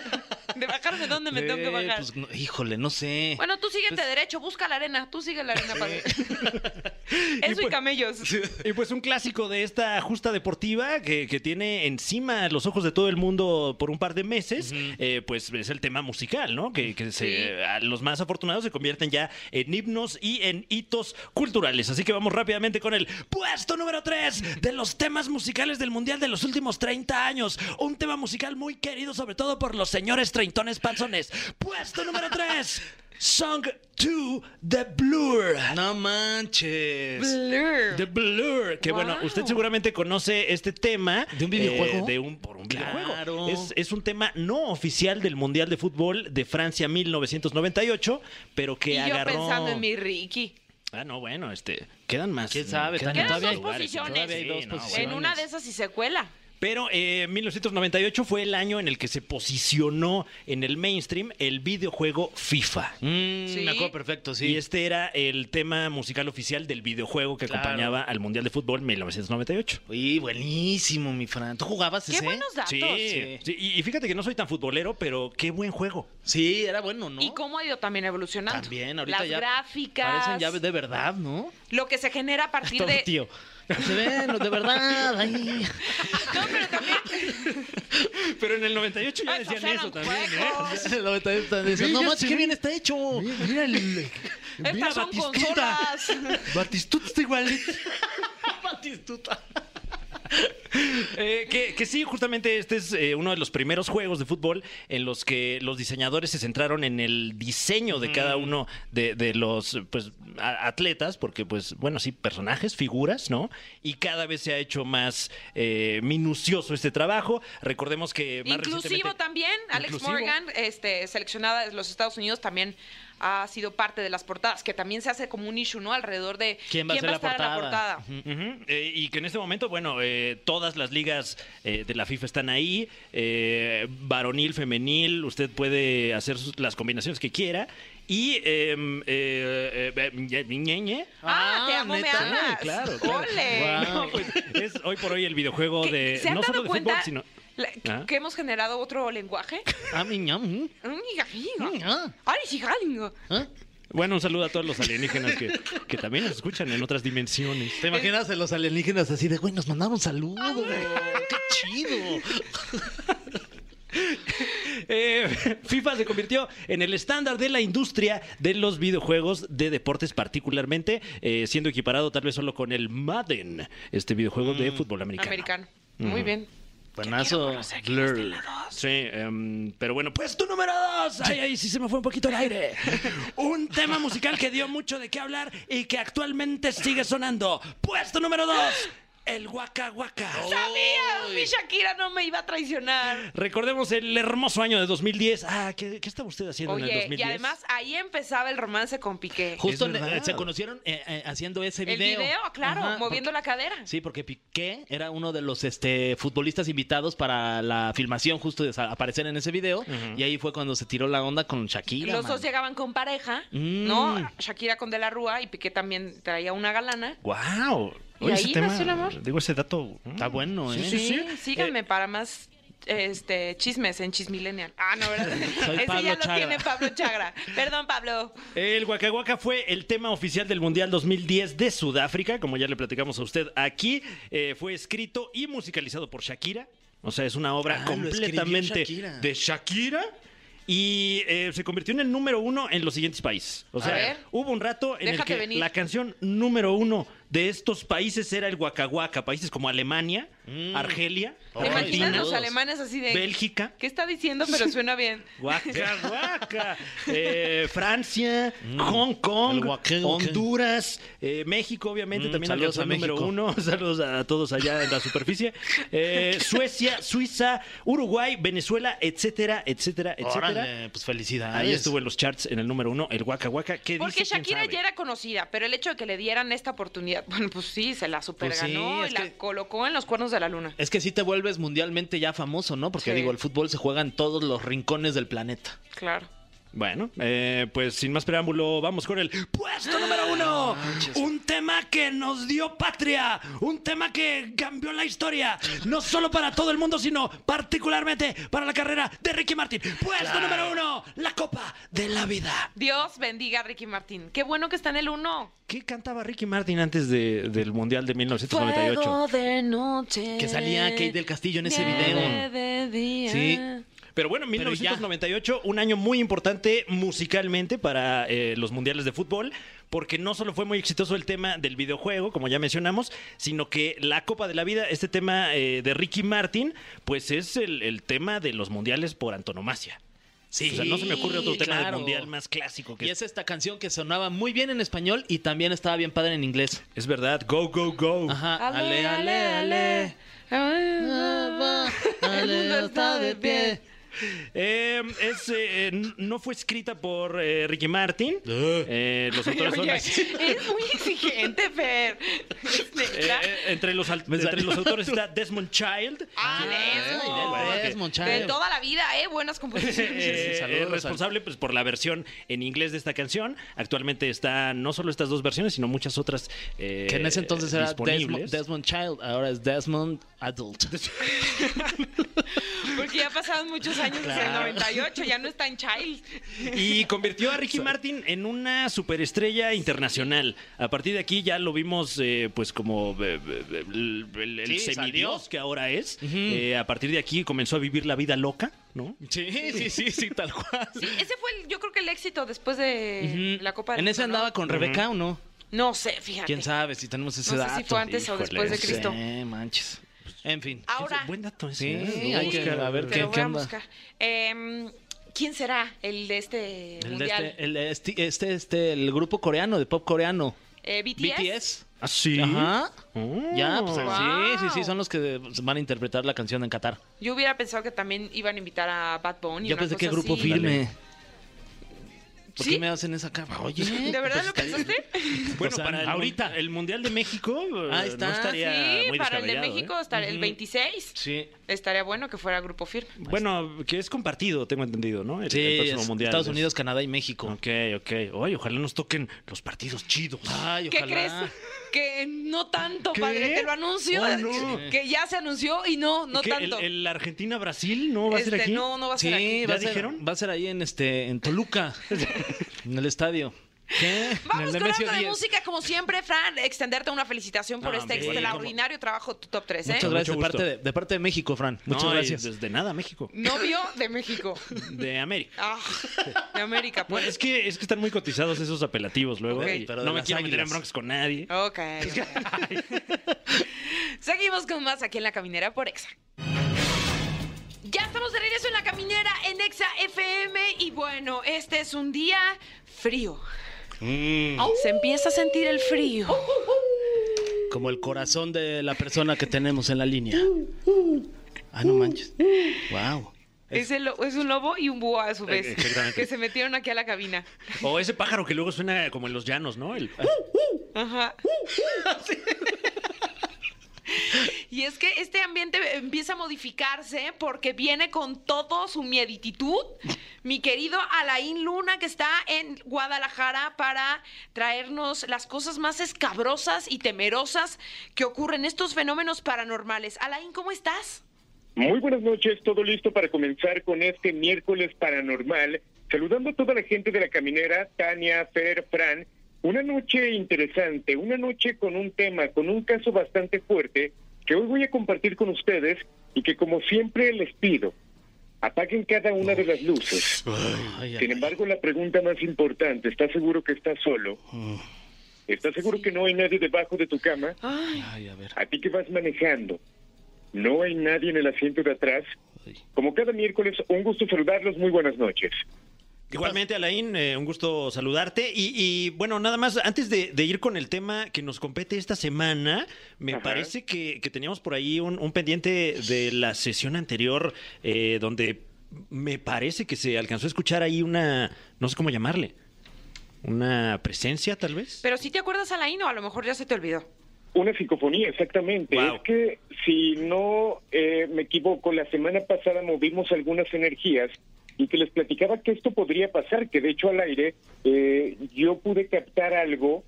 ¿De bajarme dónde me tengo que Eh, bajar? pues, no, híjole, no sé. Bueno, tú síguete derecho, busca la arena. Tú sigue la arena, padre. Eso y, pues- camellos. Y pues un clásico de esta justa deportiva que, que tiene encima los ojos de todo el mundo por un par de meses, eh, pues es el tema musical, ¿no? Que, que se, Sí. a los más afortunados se convierten ya en himnos y en hitos culturales. Así que vamos rápidamente con el puesto número tres de los temas musicales del Mundial de los últimos treinta años. Un tema musical muy querido sobre todo por los señores treintones panzones. Puesto número tres. Song two, The Blur. No manches. Blur. The Blur, que bueno, Wow. usted seguramente conoce este tema. ¿De un videojuego? eh, de un, por un Claro. videojuego. Es, es un tema no oficial del Mundial de Fútbol de Francia mil novecientos noventa y ocho, pero que Y yo agarró... pensando en mi Ricky. Ah, no, bueno, este, quedan más. ¿Quién sabe? Quedan Todavía más hay- lugares, posiciones. todavía hay dos Sí, no, posiciones. En una de esas y se cuela. Pero eh, mil novecientos noventa y ocho fue el año en el que se posicionó en el mainstream el videojuego FIFA. Mm, Sí. Me acuerdo perfecto, sí. Y este era el tema musical oficial del videojuego que Claro. acompañaba al Mundial de Fútbol mil novecientos noventa y ocho. Uy, buenísimo, mi Fran. ¿Tú jugabas Qué ese? buenos datos. Sí, Sí. sí, y y fíjate que no soy tan futbolero, pero qué buen juego. Sí, era bueno, ¿no? Y cómo ha ido también evolucionando. También, ahorita Las ya gráficas. parecen llaves de verdad, ¿no? Lo que se genera a partir Todo de. tío. Se ven los de verdad ahí. No, pero también. Pero en el noventa y ocho ya Ay, decían pues, eso eran también, ¿eh? juegos. El noventa y ocho están diciendo, Sí, no ya manches, se qué ve. bien está hecho. Mira el. Estas son consolas. Batistuta está igualito. Batistuta. Eh, que, que sí, justamente este es eh, uno de los primeros juegos de fútbol en los que los diseñadores se centraron en el diseño de cada uno de, de los pues, a- atletas, porque pues, bueno, sí, personajes, figuras, ¿no? Y cada vez se ha hecho más eh, minucioso este trabajo. Recordemos que más Inclusivo recientemente- también. Alex Inclusivo. Morgan, este, seleccionada de los Estados Unidos, también ha sido parte de las portadas, que también se hace como un issue, ¿no? Alrededor de ¿Quién va a ser la estar en la portada? portada. Ujú, eh, y que en este momento, bueno, eh, todas las ligas eh, de la FIFA están ahí, eh, varonil, femenil, usted puede hacer sus- las combinaciones que quiera. Y em, eh, eh, ñe, ñe, ñe. Ah, te Ah, amo, me ¿neta? amas. Claro, claro. ¡Ole! Guau. No, pues, es hoy por hoy el videojuego ¿Qué- de ¿Se han no dado solo de cuenta fútbol, sino la- que, ¿Ah? que hemos generado otro lenguaje? Ah, mi ñam. Mm, hijo. Ah. Ay, sí, galingo. ¿Ah? bueno, un saludo a todos los alienígenas que, que también nos escuchan en otras dimensiones. ¿Te imaginas a los alienígenas así de, güey, nos mandaron saludos? ¡Qué chido! Eh, FIFA se convirtió en el estándar de la industria de los videojuegos de deportes particularmente, eh, siendo equiparado tal vez solo con el Madden, este videojuego de fútbol americano. Americano. Muy bien. Buenazo. Blur. Sí, em, pero bueno, puesto número dos. Ay, ay, sí se me fue un poquito el aire. Un tema musical que dio mucho de qué hablar y que actualmente sigue sonando. Puesto número dos. El Waka Waka. Sabía, mi Shakira no me iba a traicionar. Recordemos el hermoso año de dos mil diez. Ah, ¿qué, qué estaba usted haciendo en el Oye, dos mil y diez? además ahí empezaba el romance con Piqué. Justo Es verdad. eh, se conocieron eh, eh, haciendo ese El video. video, claro, Ajá, moviendo porque- la cadera. Sí, porque Piqué era uno de los este, futbolistas invitados para la filmación justo de sa- aparecer en ese video. Y ahí fue cuando se tiró la onda con Shakira. Los man. dos llegaban con pareja, Mm. ¿no? Shakira con De la Rúa y Piqué también traía una galana. ¡Wow! Y ahí nació el amor. Digo, ese dato. mm, Está bueno, ¿eh? Sí, sí, sí. síganme para más este chismes en Chismillennial. Ah, no, ¿verdad? Soy Ese Pablo ya lo Chagra. tiene Pablo Chagra. Perdón, Pablo. El Waka Waka fue el tema oficial del Mundial dos mil diez de Sudáfrica, como ya le platicamos a usted aquí. Eh, fue escrito y musicalizado por Shakira. O sea, es una obra Ah, lo escribió completamente Shakira. de Shakira. Y eh, se convirtió en el número uno en los siguientes países. O A sea, ver. hubo un rato en el Déjate que venir. la canción número uno de estos países era el Waka Waka. Países como Alemania, Mm. Argelia, ¿Te Ay, imaginas Argentina, los todos. alemanes así de... Bélgica. ¿Qué está diciendo? Pero suena bien. Guaca, guaca. Eh, Francia, Hong Kong, El guaque, guaque. Honduras, eh, México, obviamente, Mm, también saludos alcanzó el a número México. uno. Saludos a todos allá en la superficie. Eh, Suecia, Suiza, Uruguay, Venezuela, etcétera, etcétera, etcétera. Órale, pues felicidades. Ahí estuvo en los charts en el número uno, el Waka Waka. ¿Qué Porque dice? ¿Quién Shakira sabe? ya era conocida, pero el hecho de que le dieran esta oportunidad, bueno, pues sí, se la superganó Pues sí, y es la que- colocó en los cuernos de la luna. Es que sí te vuelves mundialmente ya famoso, ¿no? Porque Sí. digo, el fútbol se juega en todos los rincones del planeta. Claro. Bueno, eh, pues sin más preámbulo, vamos con el puesto número uno. Un tema que que nos dio patria, un tema que cambió la historia, no solo para todo el mundo, sino particularmente para la carrera de Ricky Martin. Puesto número uno, la Copa de la Vida. Dios bendiga a Ricky Martin. Qué bueno que está en el uno. ¿Qué cantaba Ricky Martin antes de, del Mundial de mil novecientos noventa y ocho? Fuego de noche. Que salía Kate del Castillo en ese video. nieve de día. Sí. Pero bueno, mil Pero novecientos ya. noventa y ocho, un año muy importante musicalmente para eh, los mundiales de fútbol, porque no solo fue muy exitoso el tema del videojuego, como ya mencionamos, sino que la Copa de la Vida, este tema eh, de Ricky Martin, pues es el, el tema de los mundiales por antonomasia. Sí, O sea, no se me ocurre otro tema claro. del mundial más clásico que Y es esta canción que sonaba muy bien en español y también estaba bien padre en inglés. es verdad. Go, go, go. Ajá. Ale, ale, ale. El mundo está de pie. Eh, es, eh, n- no fue escrita por eh, Ricky Martin. Eh, los autores son... Oye, es muy exigente, Fer. Es neta. Eh, eh, entre, los, al- entre los autores está Desmond Child. Ah, Desmond. bueno, que- Desmond De Child. toda la vida, ¿eh? Buenas composiciones. Eh, Sí, saludos es responsable pues, por la versión en inglés de esta canción. Actualmente está no solo estas dos versiones, sino muchas otras eh, Que en ese entonces era Desmond, disponibles. Desmond Child, ahora es Desmond Adult. Porque ya pasaron muchos años desde el noventa y ocho, ya no está en Child. Y convirtió a Ricky Martin en una superestrella internacional. A partir de aquí ya lo vimos eh, pues como eh, eh, el, el- el Sí, semidios salió. que ahora es. Eh, a partir de aquí comenzó a vivir la vida loca, ¿no? Sí, sí, sí, sí, tal cual. Sí, ese fue, el- yo creo que el éxito después de Ujú. la Copa del ¿En ese Mundo, ¿no? andaba con Rebeca o no? No sé, fíjate. ¿Quién sabe si tenemos ese No sé dato? si fue antes o Híjole, después de no sé. Cristo. Sí, manches. En fin. Ahora, Buen dato ese. Sí, ¿eh? hay que- Buscar- a ver te qué- lo voy a onda? buscar. Em, ¿Quién será el de este El de mundial? este, el de este, este, este, el grupo coreano, de pop coreano. Eh, B T S. B T S. ¿Ah, sí? Ajá. Oh. Ya, pues Wow. sí, sí, sí, son los que van a interpretar la canción en Qatar. Yo hubiera pensado que también iban a invitar a Bad Bunny. Yo una pensé que cosa grupo así. firme. ¿Por ¿Sí? qué me hacen esa cara? Oye. ¿De verdad lo pensaste? Bueno, O sea, para el, ahorita. ahorita el Mundial de México eh, Ahí está. no estaría Sí, muy para el de descabellado, México ¿eh? estar el veintiséis. Sí. Estaría bueno que fuera grupo firme. Bueno, que es compartido, tengo entendido, ¿no? El, Sí, el próximo es Mundial. Estados es- Unidos, Canadá y México. Ok, ok. Oye, ojalá nos toquen los partidos chidos. Ay, ¿Qué ojalá. crees? Que no tanto, ¿Qué? padre. Te lo anuncio. Oh, no. Que ya se anunció y no, no ¿Qué, el, tanto. el Argentina-Brasil no va a ser Este, aquí? No, no va a ser aquí. Sí, ¿Ya va a, ser, dijeron? va a ser ahí en este en Toluca, en el estadio. ¿Qué? Vamos en el con Nemesio algo de diez. música, como siempre, Fran. Extenderte una felicitación por No, este hombre, extraordinario trabajo, tu top tres, ¿eh? Muchas gracias de Mucho parte gusto. de, de parte de México, Fran. Muchas No, y gracias. Desde nada, México. Novio de México. De América. Ah, de América, Bueno, pues. es que, es que están muy cotizados esos apelativos luego. Ok, y pero de no me las quiero meter en Águilas. broncas con nadie. Ok. ok. Seguimos con más aquí en La Caminera por Exa. Ya estamos de regreso en La Caminera en Exa F M y bueno, este es un día frío. Se empieza a sentir el frío. Como el corazón de la persona que tenemos en la línea. Ah, no manches. Wow. Es, el lo- es un lobo y un búho a su vez. Exactamente. Que se metieron aquí a la cabina. O ese pájaro que luego suena como en los llanos, ¿no? El- Ajá. Y es que este ambiente empieza a modificarse porque viene con todo su miedititud. Mi querido Alain Luna, que está en Guadalajara para traernos las cosas más escabrosas y temerosas que ocurren, estos fenómenos paranormales. Alain, ¿cómo estás? Muy buenas noches, todo listo para comenzar con este miércoles paranormal. Saludando a toda la gente de La Caminera, Tania, Fer, Fran. Una noche interesante, una noche con un tema, con un caso bastante fuerte que hoy voy a compartir con ustedes y que como siempre les pido, apaguen cada una de las luces. Ay, ay, Sin embargo, la pregunta más importante, ¿estás seguro que estás solo? ¿Estás seguro que no hay nadie debajo de tu cama? Ay, ay, a ver. A ti que vas manejando, ¿no hay nadie en el asiento de atrás? Ay. Como cada miércoles, un gusto saludarlos, muy buenas noches. Igualmente, Alain, eh, un gusto saludarte. Y, y, bueno, nada más, antes de, de ir con el tema que nos compete esta semana, me Ajá. parece que, que teníamos por ahí un, un pendiente de la sesión anterior, eh, donde me parece que se alcanzó a escuchar ahí una, no sé cómo llamarle, una presencia tal vez. pero si te acuerdas, Alain, o a lo mejor ya se te olvidó. Una psicofonía, exactamente. Wow. Es que, si no eh, me equivoco, la semana pasada movimos algunas energías y que les platicaba que esto podría pasar, que de hecho al aire eh, yo pude captar algo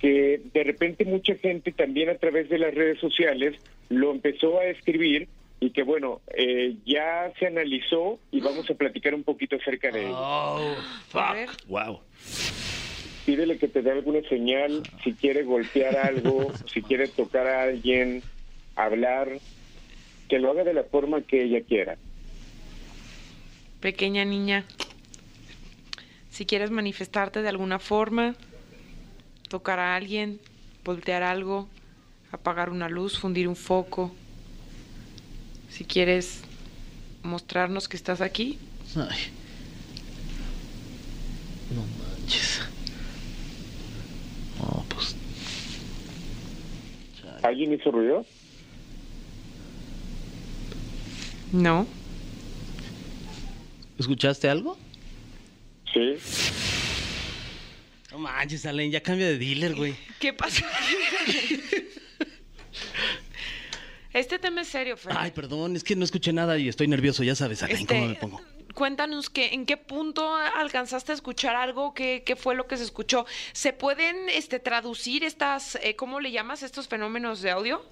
que de repente mucha gente también a través de las redes sociales lo empezó a escribir y que bueno, eh, ya se analizó y vamos a platicar un poquito acerca de ello. Oh, A ver. fuck. Wow. Pídele que te dé alguna señal, si quiere golpear algo, si quiere tocar a alguien, hablar, que lo haga de la forma que ella quiera. Pequeña niña, si quieres manifestarte de alguna forma, tocar a alguien, voltear algo, apagar una luz, fundir un foco. Si quieres mostrarnos que estás aquí, Ay. No manches. No, pues. ¿Alguien hizo ruido? no. ¿Escuchaste algo? Sí. No manches, Alain, ya cambia de dealer, güey. ¿Qué pasa? Este tema es serio, Fer. Ay, perdón, es que no escuché nada y estoy nervioso, ya sabes, Alain, Este, cómo me pongo. Cuéntanos que, en qué punto alcanzaste a escuchar algo, qué, qué fue lo que se escuchó. ¿Se pueden este, traducir estas, eh, cómo le llamas, estos fenómenos de audio?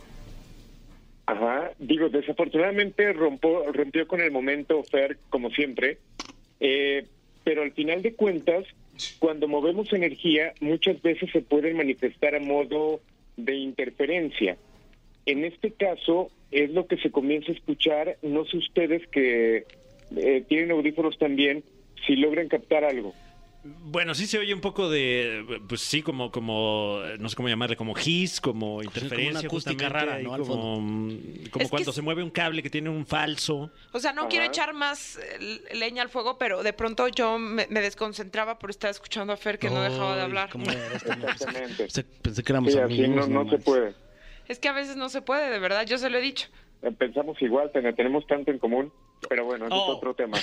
Ajá, digo, desafortunadamente rompo, rompió con el momento, Fer, como siempre, eh, pero al final de cuentas, cuando movemos energía, muchas veces se pueden manifestar a modo de interferencia. En este caso, es lo que se comienza a escuchar, no sé ustedes que eh, tienen audífonos también, si logran captar algo. Bueno, sí se oye un poco de, pues sí, como, como no sé cómo llamarle, como hiss, como interferencia. como una acústica justamente, rara, ahí ¿no? Al Como, como Es que cuando es- se mueve un cable que tiene un falso. O sea, no Ajá. quiero echar más eh, leña al fuego, pero de pronto yo me, me desconcentraba por estar escuchando a Fer que no dejaba de Ay, hablar. ¿cómo eres tan- Exactamente. Pensé, pensé que éramos Sí, así amigos. no, no se manches. puede. Es que a veces no se puede, de verdad, yo se lo he dicho. Pensamos igual, ten- tenemos tanto en común, pero bueno, ese Oh. es otro tema.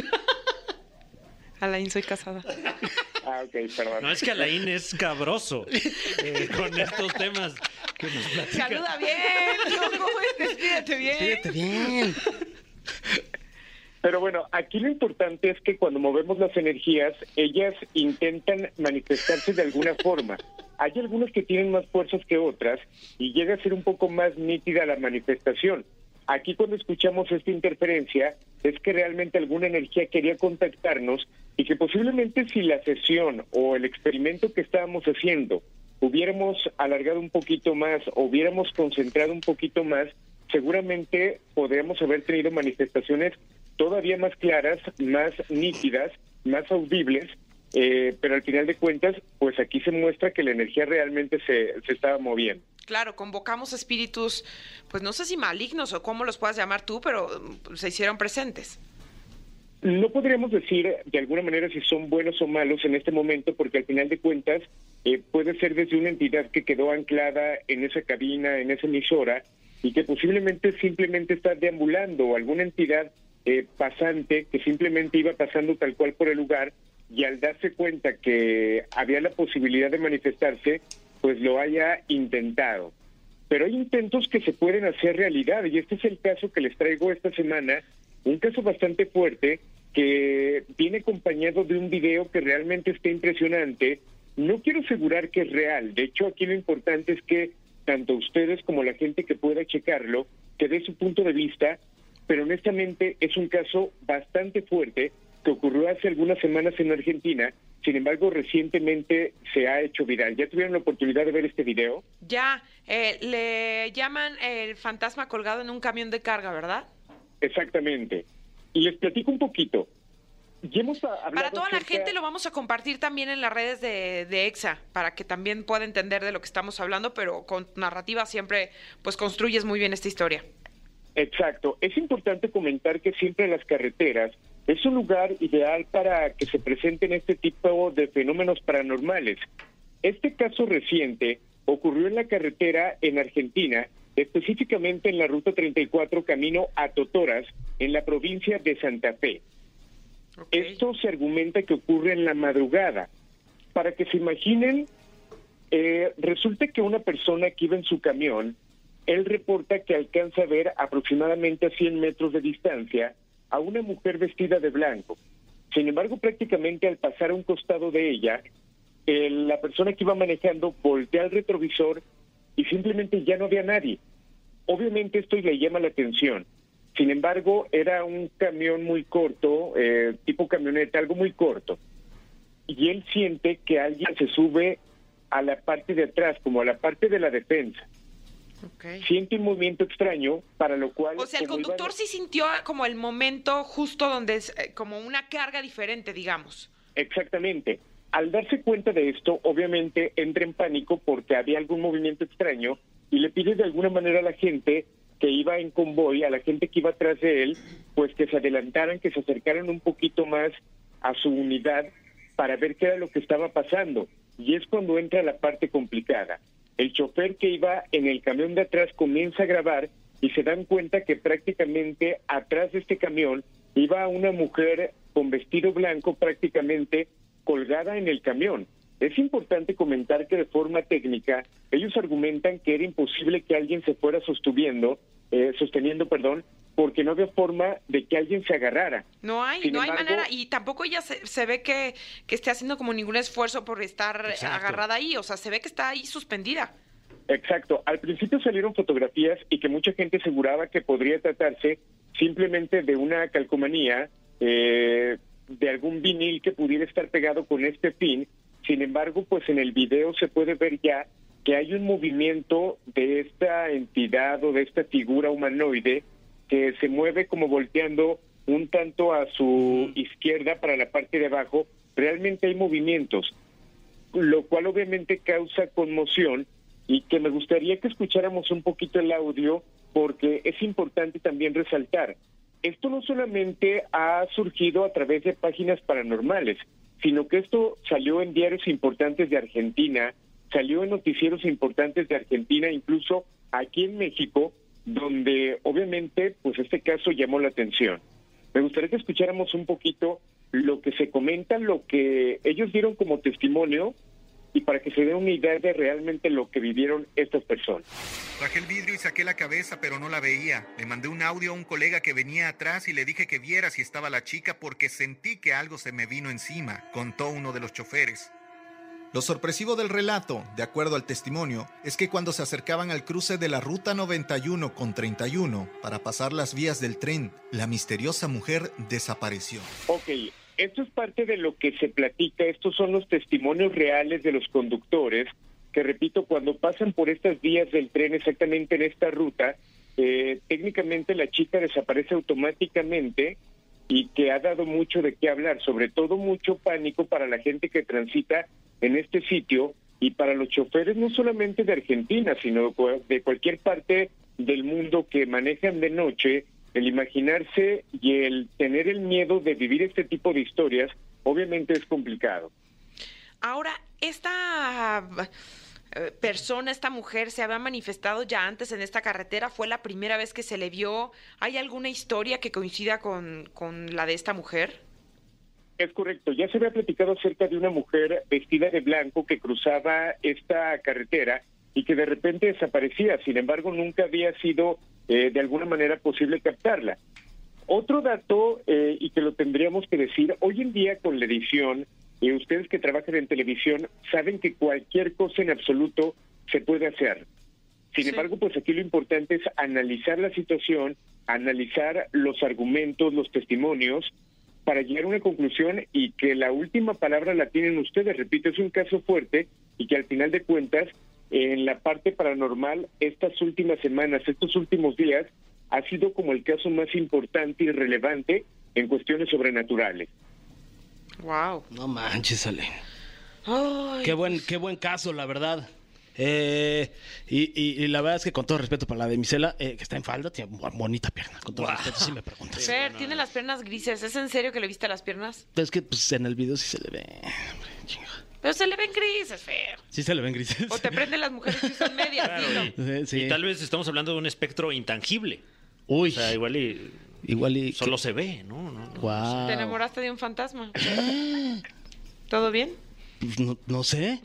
Alain, soy casada. Ah, ok, perdón. No, es que Alain es cabroso eh, con estos temas que nos platica. Saluda bien, ¿cómo es? Despídete bien. Fíjate bien. Pero bueno, aquí lo importante es que cuando movemos las energías, ellas intentan manifestarse de alguna forma. Hay algunas que tienen más fuerzas que otras y llega a ser un poco más nítida la manifestación. Aquí cuando escuchamos esta interferencia es que realmente alguna energía quería contactarnos y que posiblemente si la sesión o el experimento que estábamos haciendo hubiéramos alargado un poquito más o hubiéramos concentrado un poquito más, seguramente podríamos haber tenido manifestaciones todavía más claras, más nítidas, más audibles, eh, pero al final de cuentas, pues aquí se muestra que la energía realmente se, se estaba moviendo. Claro, convocamos espíritus, pues no sé si malignos o cómo los puedas llamar tú, pero mm, se hicieron presentes. No podríamos decir de alguna manera si son buenos o malos en este momento, porque al final de cuentas eh, puede ser desde una entidad que quedó anclada en esa cabina, en esa emisora, y que posiblemente simplemente está deambulando, o alguna entidad eh, pasante que simplemente iba pasando tal cual por el lugar, y al darse cuenta que había la posibilidad de manifestarse, pues lo haya intentado. Pero hay intentos que se pueden hacer realidad, y este es el caso que les traigo esta semana, un caso bastante fuerte que viene acompañado de un video que realmente está impresionante. No quiero asegurar que es real, de hecho aquí lo importante es que tanto ustedes como la gente que pueda checarlo, que dé su punto de vista, pero honestamente es un caso bastante fuerte que ocurrió hace algunas semanas en Argentina. Sin embargo, recientemente se ha hecho viral. ¿Ya tuvieron la oportunidad de ver este video? Ya, eh, le llaman el fantasma colgado en un camión de carga, ¿verdad? Exactamente. Y les platico un poquito. Ya hemos a- hablado Para toda la acerca- gente lo vamos a compartir también en las redes de, de EXA, para que también pueda entender de lo que estamos hablando, pero con narrativa siempre pues construyes muy bien esta historia. Exacto. Es importante comentar que siempre las carreteras es un lugar ideal para que se presenten este tipo de fenómenos paranormales. Este caso reciente ocurrió en la carretera en Argentina, específicamente en la ruta treinta y cuatro camino a Totoras, en la provincia de Santa Fe. Esto se argumenta que ocurre en la madrugada. Para que se imaginen, eh, resulta que una persona que iba en su camión, él reporta que alcanza a ver aproximadamente a cien metros de distancia a una mujer vestida de blanco. Sin embargo, prácticamente al pasar a un costado de ella, el- la persona que iba manejando voltea al retrovisor y simplemente ya no había nadie. Obviamente esto le llama la atención. Sin embargo, era un camión muy corto, eh, tipo camioneta, algo muy corto. Y él siente que alguien se sube a la parte de atrás, como a la parte de la defensa. Ok. Siente un movimiento extraño, para lo cual... O sea, el como iban- conductor sí sintió como el momento justo donde es eh, como una carga diferente, digamos. Exactamente. Al darse cuenta de esto, obviamente entra en pánico porque había algún movimiento extraño y le pide de alguna manera a la gente que iba en convoy, a la gente que iba atrás de él, pues que se adelantaran, que se acercaran un poquito más a su unidad para ver qué era lo que estaba pasando. Y es cuando entra la parte complicada. El chofer que iba en el camión de atrás comienza a grabar y se dan cuenta que prácticamente atrás de este camión iba una mujer con vestido blanco prácticamente colgada en el camión. Es importante comentar que de forma técnica ellos argumentan que era imposible que alguien se fuera sosteniendo, eh, sosteniendo, perdón, porque no había forma de que alguien se agarrara. No hay, Sin no hay embargo- manera. Y tampoco ella se, se ve que, que esté haciendo como ningún esfuerzo por estar Exacto. agarrada ahí. O sea, se ve que está ahí suspendida. Exacto. Al principio salieron fotografías y que mucha gente aseguraba que podría tratarse simplemente de una calcomanía, eh, de algún vinil que pudiera estar pegado con este fin. Sin embargo, pues en el video se puede ver ya que hay un movimiento de esta entidad o de esta figura humanoide que se mueve como volteando un tanto a su izquierda para la parte de abajo. Realmente hay movimientos, lo cual obviamente causa conmoción y que me gustaría que escucháramos un poquito el audio porque es importante también resaltar. Esto no solamente ha surgido a través de páginas paranormales, sino que esto salió en diarios importantes de Argentina, salió en noticieros importantes de Argentina, incluso aquí en México, donde obviamente pues este caso llamó la atención. Me gustaría que escucháramos un poquito lo que se comenta, lo que ellos dieron como testimonio y para que se dé una idea de realmente lo que vivieron estas personas. Bajé el vidrio y saqué la cabeza, pero no la veía. Le mandé un audio a un colega que venía atrás y le dije que viera si estaba la chica porque sentí que algo se me vino encima, contó uno de los choferes. Lo sorpresivo del relato, de acuerdo al testimonio, es que cuando se acercaban al cruce de la ruta noventa y uno con treinta y uno para pasar las vías del tren, la misteriosa mujer desapareció. Ok, esto es parte de lo que se platica, estos son los testimonios reales de los conductores, que repito, cuando pasan por estas vías del tren exactamente en esta ruta, eh, técnicamente la chica desaparece automáticamente y que ha dado mucho de qué hablar, sobre todo mucho pánico para la gente que transita en este sitio y para los choferes no solamente de Argentina, sino de cualquier parte del mundo que manejan de noche. El imaginarse y el tener el miedo de vivir este tipo de historias, obviamente es complicado. Ahora, esta eh, persona, esta mujer, ¿se había manifestado ya antes en esta carretera? ¿Fue la primera vez que se le vio? ¿Hay alguna historia que coincida con, con la de esta mujer? Es correcto, ya se había platicado acerca de una mujer vestida de blanco que cruzaba esta carretera y que de repente desaparecía, sin embargo nunca había sido eh, de alguna manera posible captarla. Otro dato, eh, y que lo tendríamos que decir, hoy en día con la edición, y ustedes que trabajan en televisión saben que cualquier cosa en absoluto se puede hacer. Sin Sí. embargo, pues aquí lo importante es analizar la situación, analizar los argumentos, los testimonios, para llegar a una conclusión y que la última palabra la tienen ustedes. Repito, es un caso fuerte y que al final de cuentas, en la parte paranormal, estas últimas semanas, estos últimos días, ha sido como el caso más importante y relevante en cuestiones sobrenaturales. Wow. No manches, Ale. Ay, Qué buen, qué buen caso, la verdad. Eh, y, y- y la verdad es que con todo respeto para la de Misela, eh, que está en falda, tiene bu- bonita pierna. Con todo respeto, si me preguntas. Fer, tiene las piernas grises. ¿Es en serio que le viste las piernas? Es que pues, en el video sí se le ve. Hombre, chinga. Pero se le ven grises, Fer. Sí se le ven grises. O te prenden las mujeres que usan medias. Claro, dilo. y, Sí, sí. y tal vez estamos hablando de un espectro intangible. Uy, O sea, igual y igual y. solo se ve, ¿no? no, no. Guau. Te enamoraste de un fantasma. ¿Todo bien? Pues, no, no sé.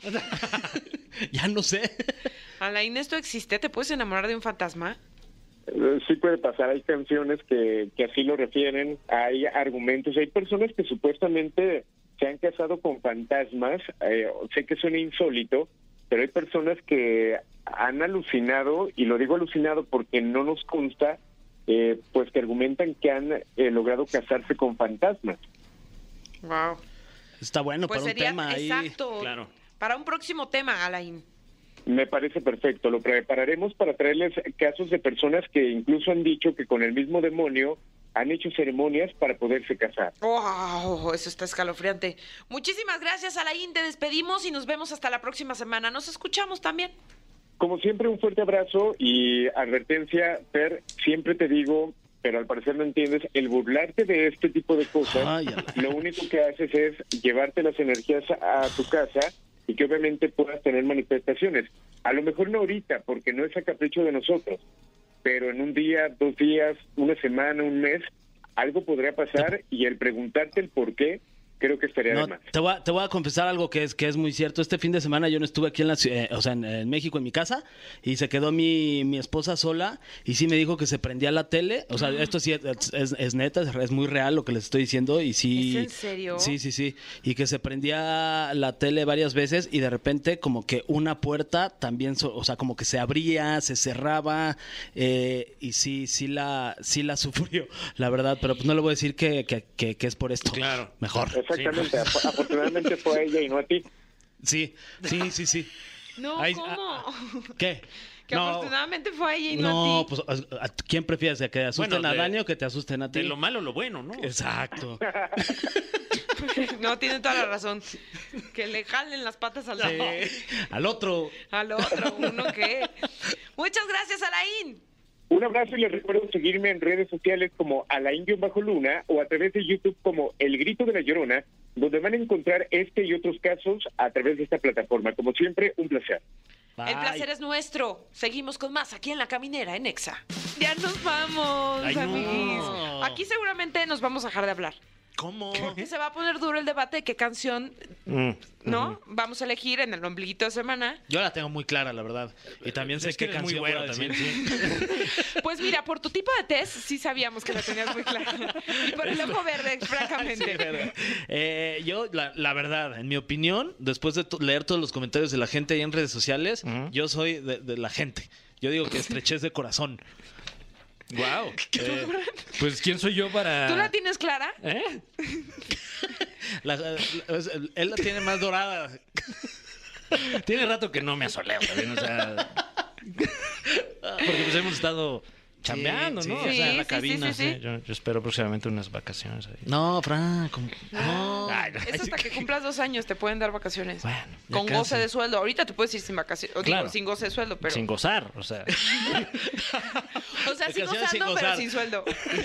Ya no sé. Alain, ¿esto existe? ¿Te puedes enamorar de un fantasma? Eh, Sí puede pasar, hay canciones que, que así lo refieren, hay argumentos, hay personas que supuestamente se han casado con fantasmas. Eh, sé que suena insólito, pero hay personas que han alucinado, y lo digo alucinado porque no nos consta, eh, pues que argumentan que han eh, logrado casarse con fantasmas. Wow. Está bueno Pues para un sería tema ahí. exacto. Claro. Para un próximo tema, Alain. Me parece perfecto. Lo prepararemos para traerles casos de personas que incluso han dicho que con el mismo demonio han hecho ceremonias para poderse casar. ¡Wow! Eso está escalofriante. Muchísimas gracias, Alain. Te despedimos y nos vemos hasta la próxima semana. Nos escuchamos también. Como siempre, un fuerte abrazo y advertencia, Fer, siempre te digo, pero al parecer no entiendes, el burlarte de este tipo de cosas, Ay, ala. lo único que haces es llevarte las energías a tu casa y que obviamente puedas tener manifestaciones. A lo mejor no ahorita, porque no es a capricho de nosotros, pero en un día, dos días, una semana, un mes, algo podría pasar y el preguntarte el por qué, creo que estaría No, de más. te voy, a, te voy a confesar algo que es que es muy cierto. Este fin de semana yo no estuve aquí en la ci- eh, o sea, en, en México, en mi casa, y se quedó mi, mi esposa sola, y sí me dijo que se prendía la tele. O sea, esto sí es, es, es neta, es, es muy real lo que les estoy diciendo, y sí. ¿Es en serio? Sí, sí, sí. Y que se prendía la tele varias veces, y de repente como que una puerta también, so- o sea, como que se abría, se cerraba, eh, y sí, sí la, sí la sufrió, la verdad. Pero pues no le voy a decir que, que, que, que es por esto. Claro. Mejor. Exactamente, Af- afortunadamente fue a ella y no a ti. Sí, sí, sí, sí. No, Ahí- ¿cómo? ah, ¿Qué? Que No, afortunadamente fue a ella y no, no, a ti. pues, ¿a- a- ¿quién prefieres? ¿Que te asusten Bueno, a de- Dani o que te asusten a ti? De lo malo, lo bueno, ¿no? Exacto. No, tiene toda la razón. Que le jalen las patas al, Al otro. al otro, uno que... Muchas gracias, Alain. Un abrazo y les recuerdo seguirme en redes sociales como Alain-Luna o a través de YouTube como El Grito de la Llorona, donde van a encontrar este y otros casos a través de esta plataforma. Como siempre, un placer. El Bye. placer es nuestro. Seguimos con más aquí en La Caminera, en Exa. Ya nos vamos, Ay, no. amiguis. Aquí seguramente nos vamos a dejar de hablar. ¿Cómo? Porque se va a poner duro el debate de qué canción, Mm. ¿no? Vamos a elegir en el ombliguito de semana. Yo la tengo muy clara, la verdad. Y también sé Es que qué eres muy canción güero voy a decir. también, sí. Pues mira, por tu tipo de test sí sabíamos que la tenías muy clara. Y por el ojo verde, francamente. Eh, yo, la, la verdad, en mi opinión, después de to- leer todos los comentarios de la gente ahí en redes sociales, Ujú. yo soy de, de la gente. Yo digo que estrechez de corazón. Wow. Pues quién soy yo para. ¿Tú la tienes clara? ¿Eh? La- la- es- él la tiene más dorada. Tiene rato que no me asoleo, también, o sea. Porque pues hemos estado chambeando, Sí, ¿no? sí. O sea, en Sí, la sí, cabina. sí, sí, sí. sí. Yo, yo espero próximamente unas vacaciones ahí. No, Fran. ¿cómo? No. Ay, no. Es hasta que cumplas dos años te pueden dar vacaciones. Bueno, ya Con casi. goce de sueldo. Ahorita te puedes ir sin vacaciones. o digo, Claro. sin goce de sueldo, pero... Sin gozar, o sea. O sea, sí Vacaciones gozando, sin pero gozar. sin sueldo.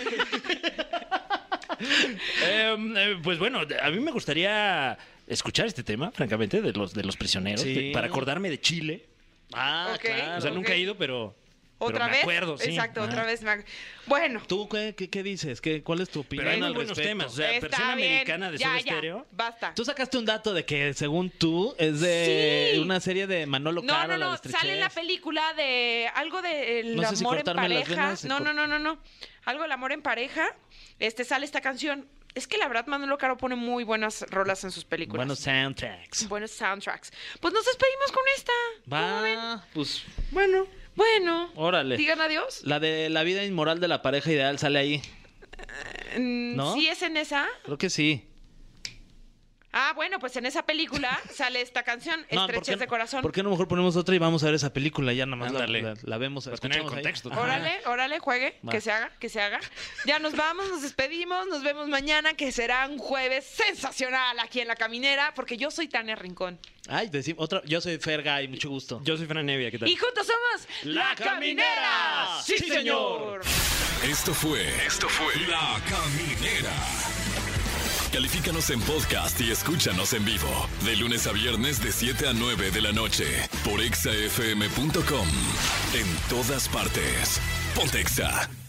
Em, eh, pues bueno, a mí me gustaría escuchar este tema, francamente, de los, de los prisioneros, Sí. de- para acordarme de Chile. Ah, Ok. claro. O sea, nunca ok. he ido, pero. ¿Otra pero me vez? acuerdo, sí. Exacto, Ajá. otra vez. me ac- Bueno. ¿Tú qué, qué, qué dices? ¿Qué, ¿Cuál es tu opinión Pero hay muy al buenos respecto? temas. O sea, Está versión bien. americana de ya, Soda ya, Stereo. Basta. Tú sacaste un dato de que, según tú, es de Sí. una serie de Manolo No, Caro, no, la no. de Estrechez. Sale en la película de algo de el No sé si amor en cortarme las pareja. venas, si No, cor- no, no, no, no. Algo del amor en pareja. Este sale esta canción. Es que la verdad Manolo Caro pone muy buenas rolas en sus películas. Buenos soundtracks. Buenos soundtracks. Pues nos despedimos con esta. ¿Cómo ven? Va, pues, Bueno, bueno. órale. Digan adiós. La de la vida inmoral de la pareja ideal sale ahí. Mm, ¿No? ¿Sí es en esa? Creo que sí. Ah, bueno, pues en esa película sale esta canción, No, Estrechez ¿por qué- de Corazón. ¿Por qué no mejor ponemos otra y vamos a ver esa película? Ya nada más la, Ándale. la- la vemos. Para tener el escuchamos ahí. contexto. Ajá. Órale, órale, juegue, Va. que se haga, que se haga. Ya nos vamos, nos despedimos, nos vemos mañana, que será un jueves sensacional aquí en La Caminera, porque yo soy Tania Rincón. Ay, decimos otra. Yo soy Fergay, mucho gusto. Yo soy Fran Evia, ¿qué tal? Y juntos somos La Caminera. ¡Sí, ¡Sí, señor! Esto fue. Esto fue. La Caminera. Califícanos en podcast y escúchanos en vivo. De lunes a viernes de siete a nueve de la noche. Por exa f m punto com. En todas partes. Ponte Exa.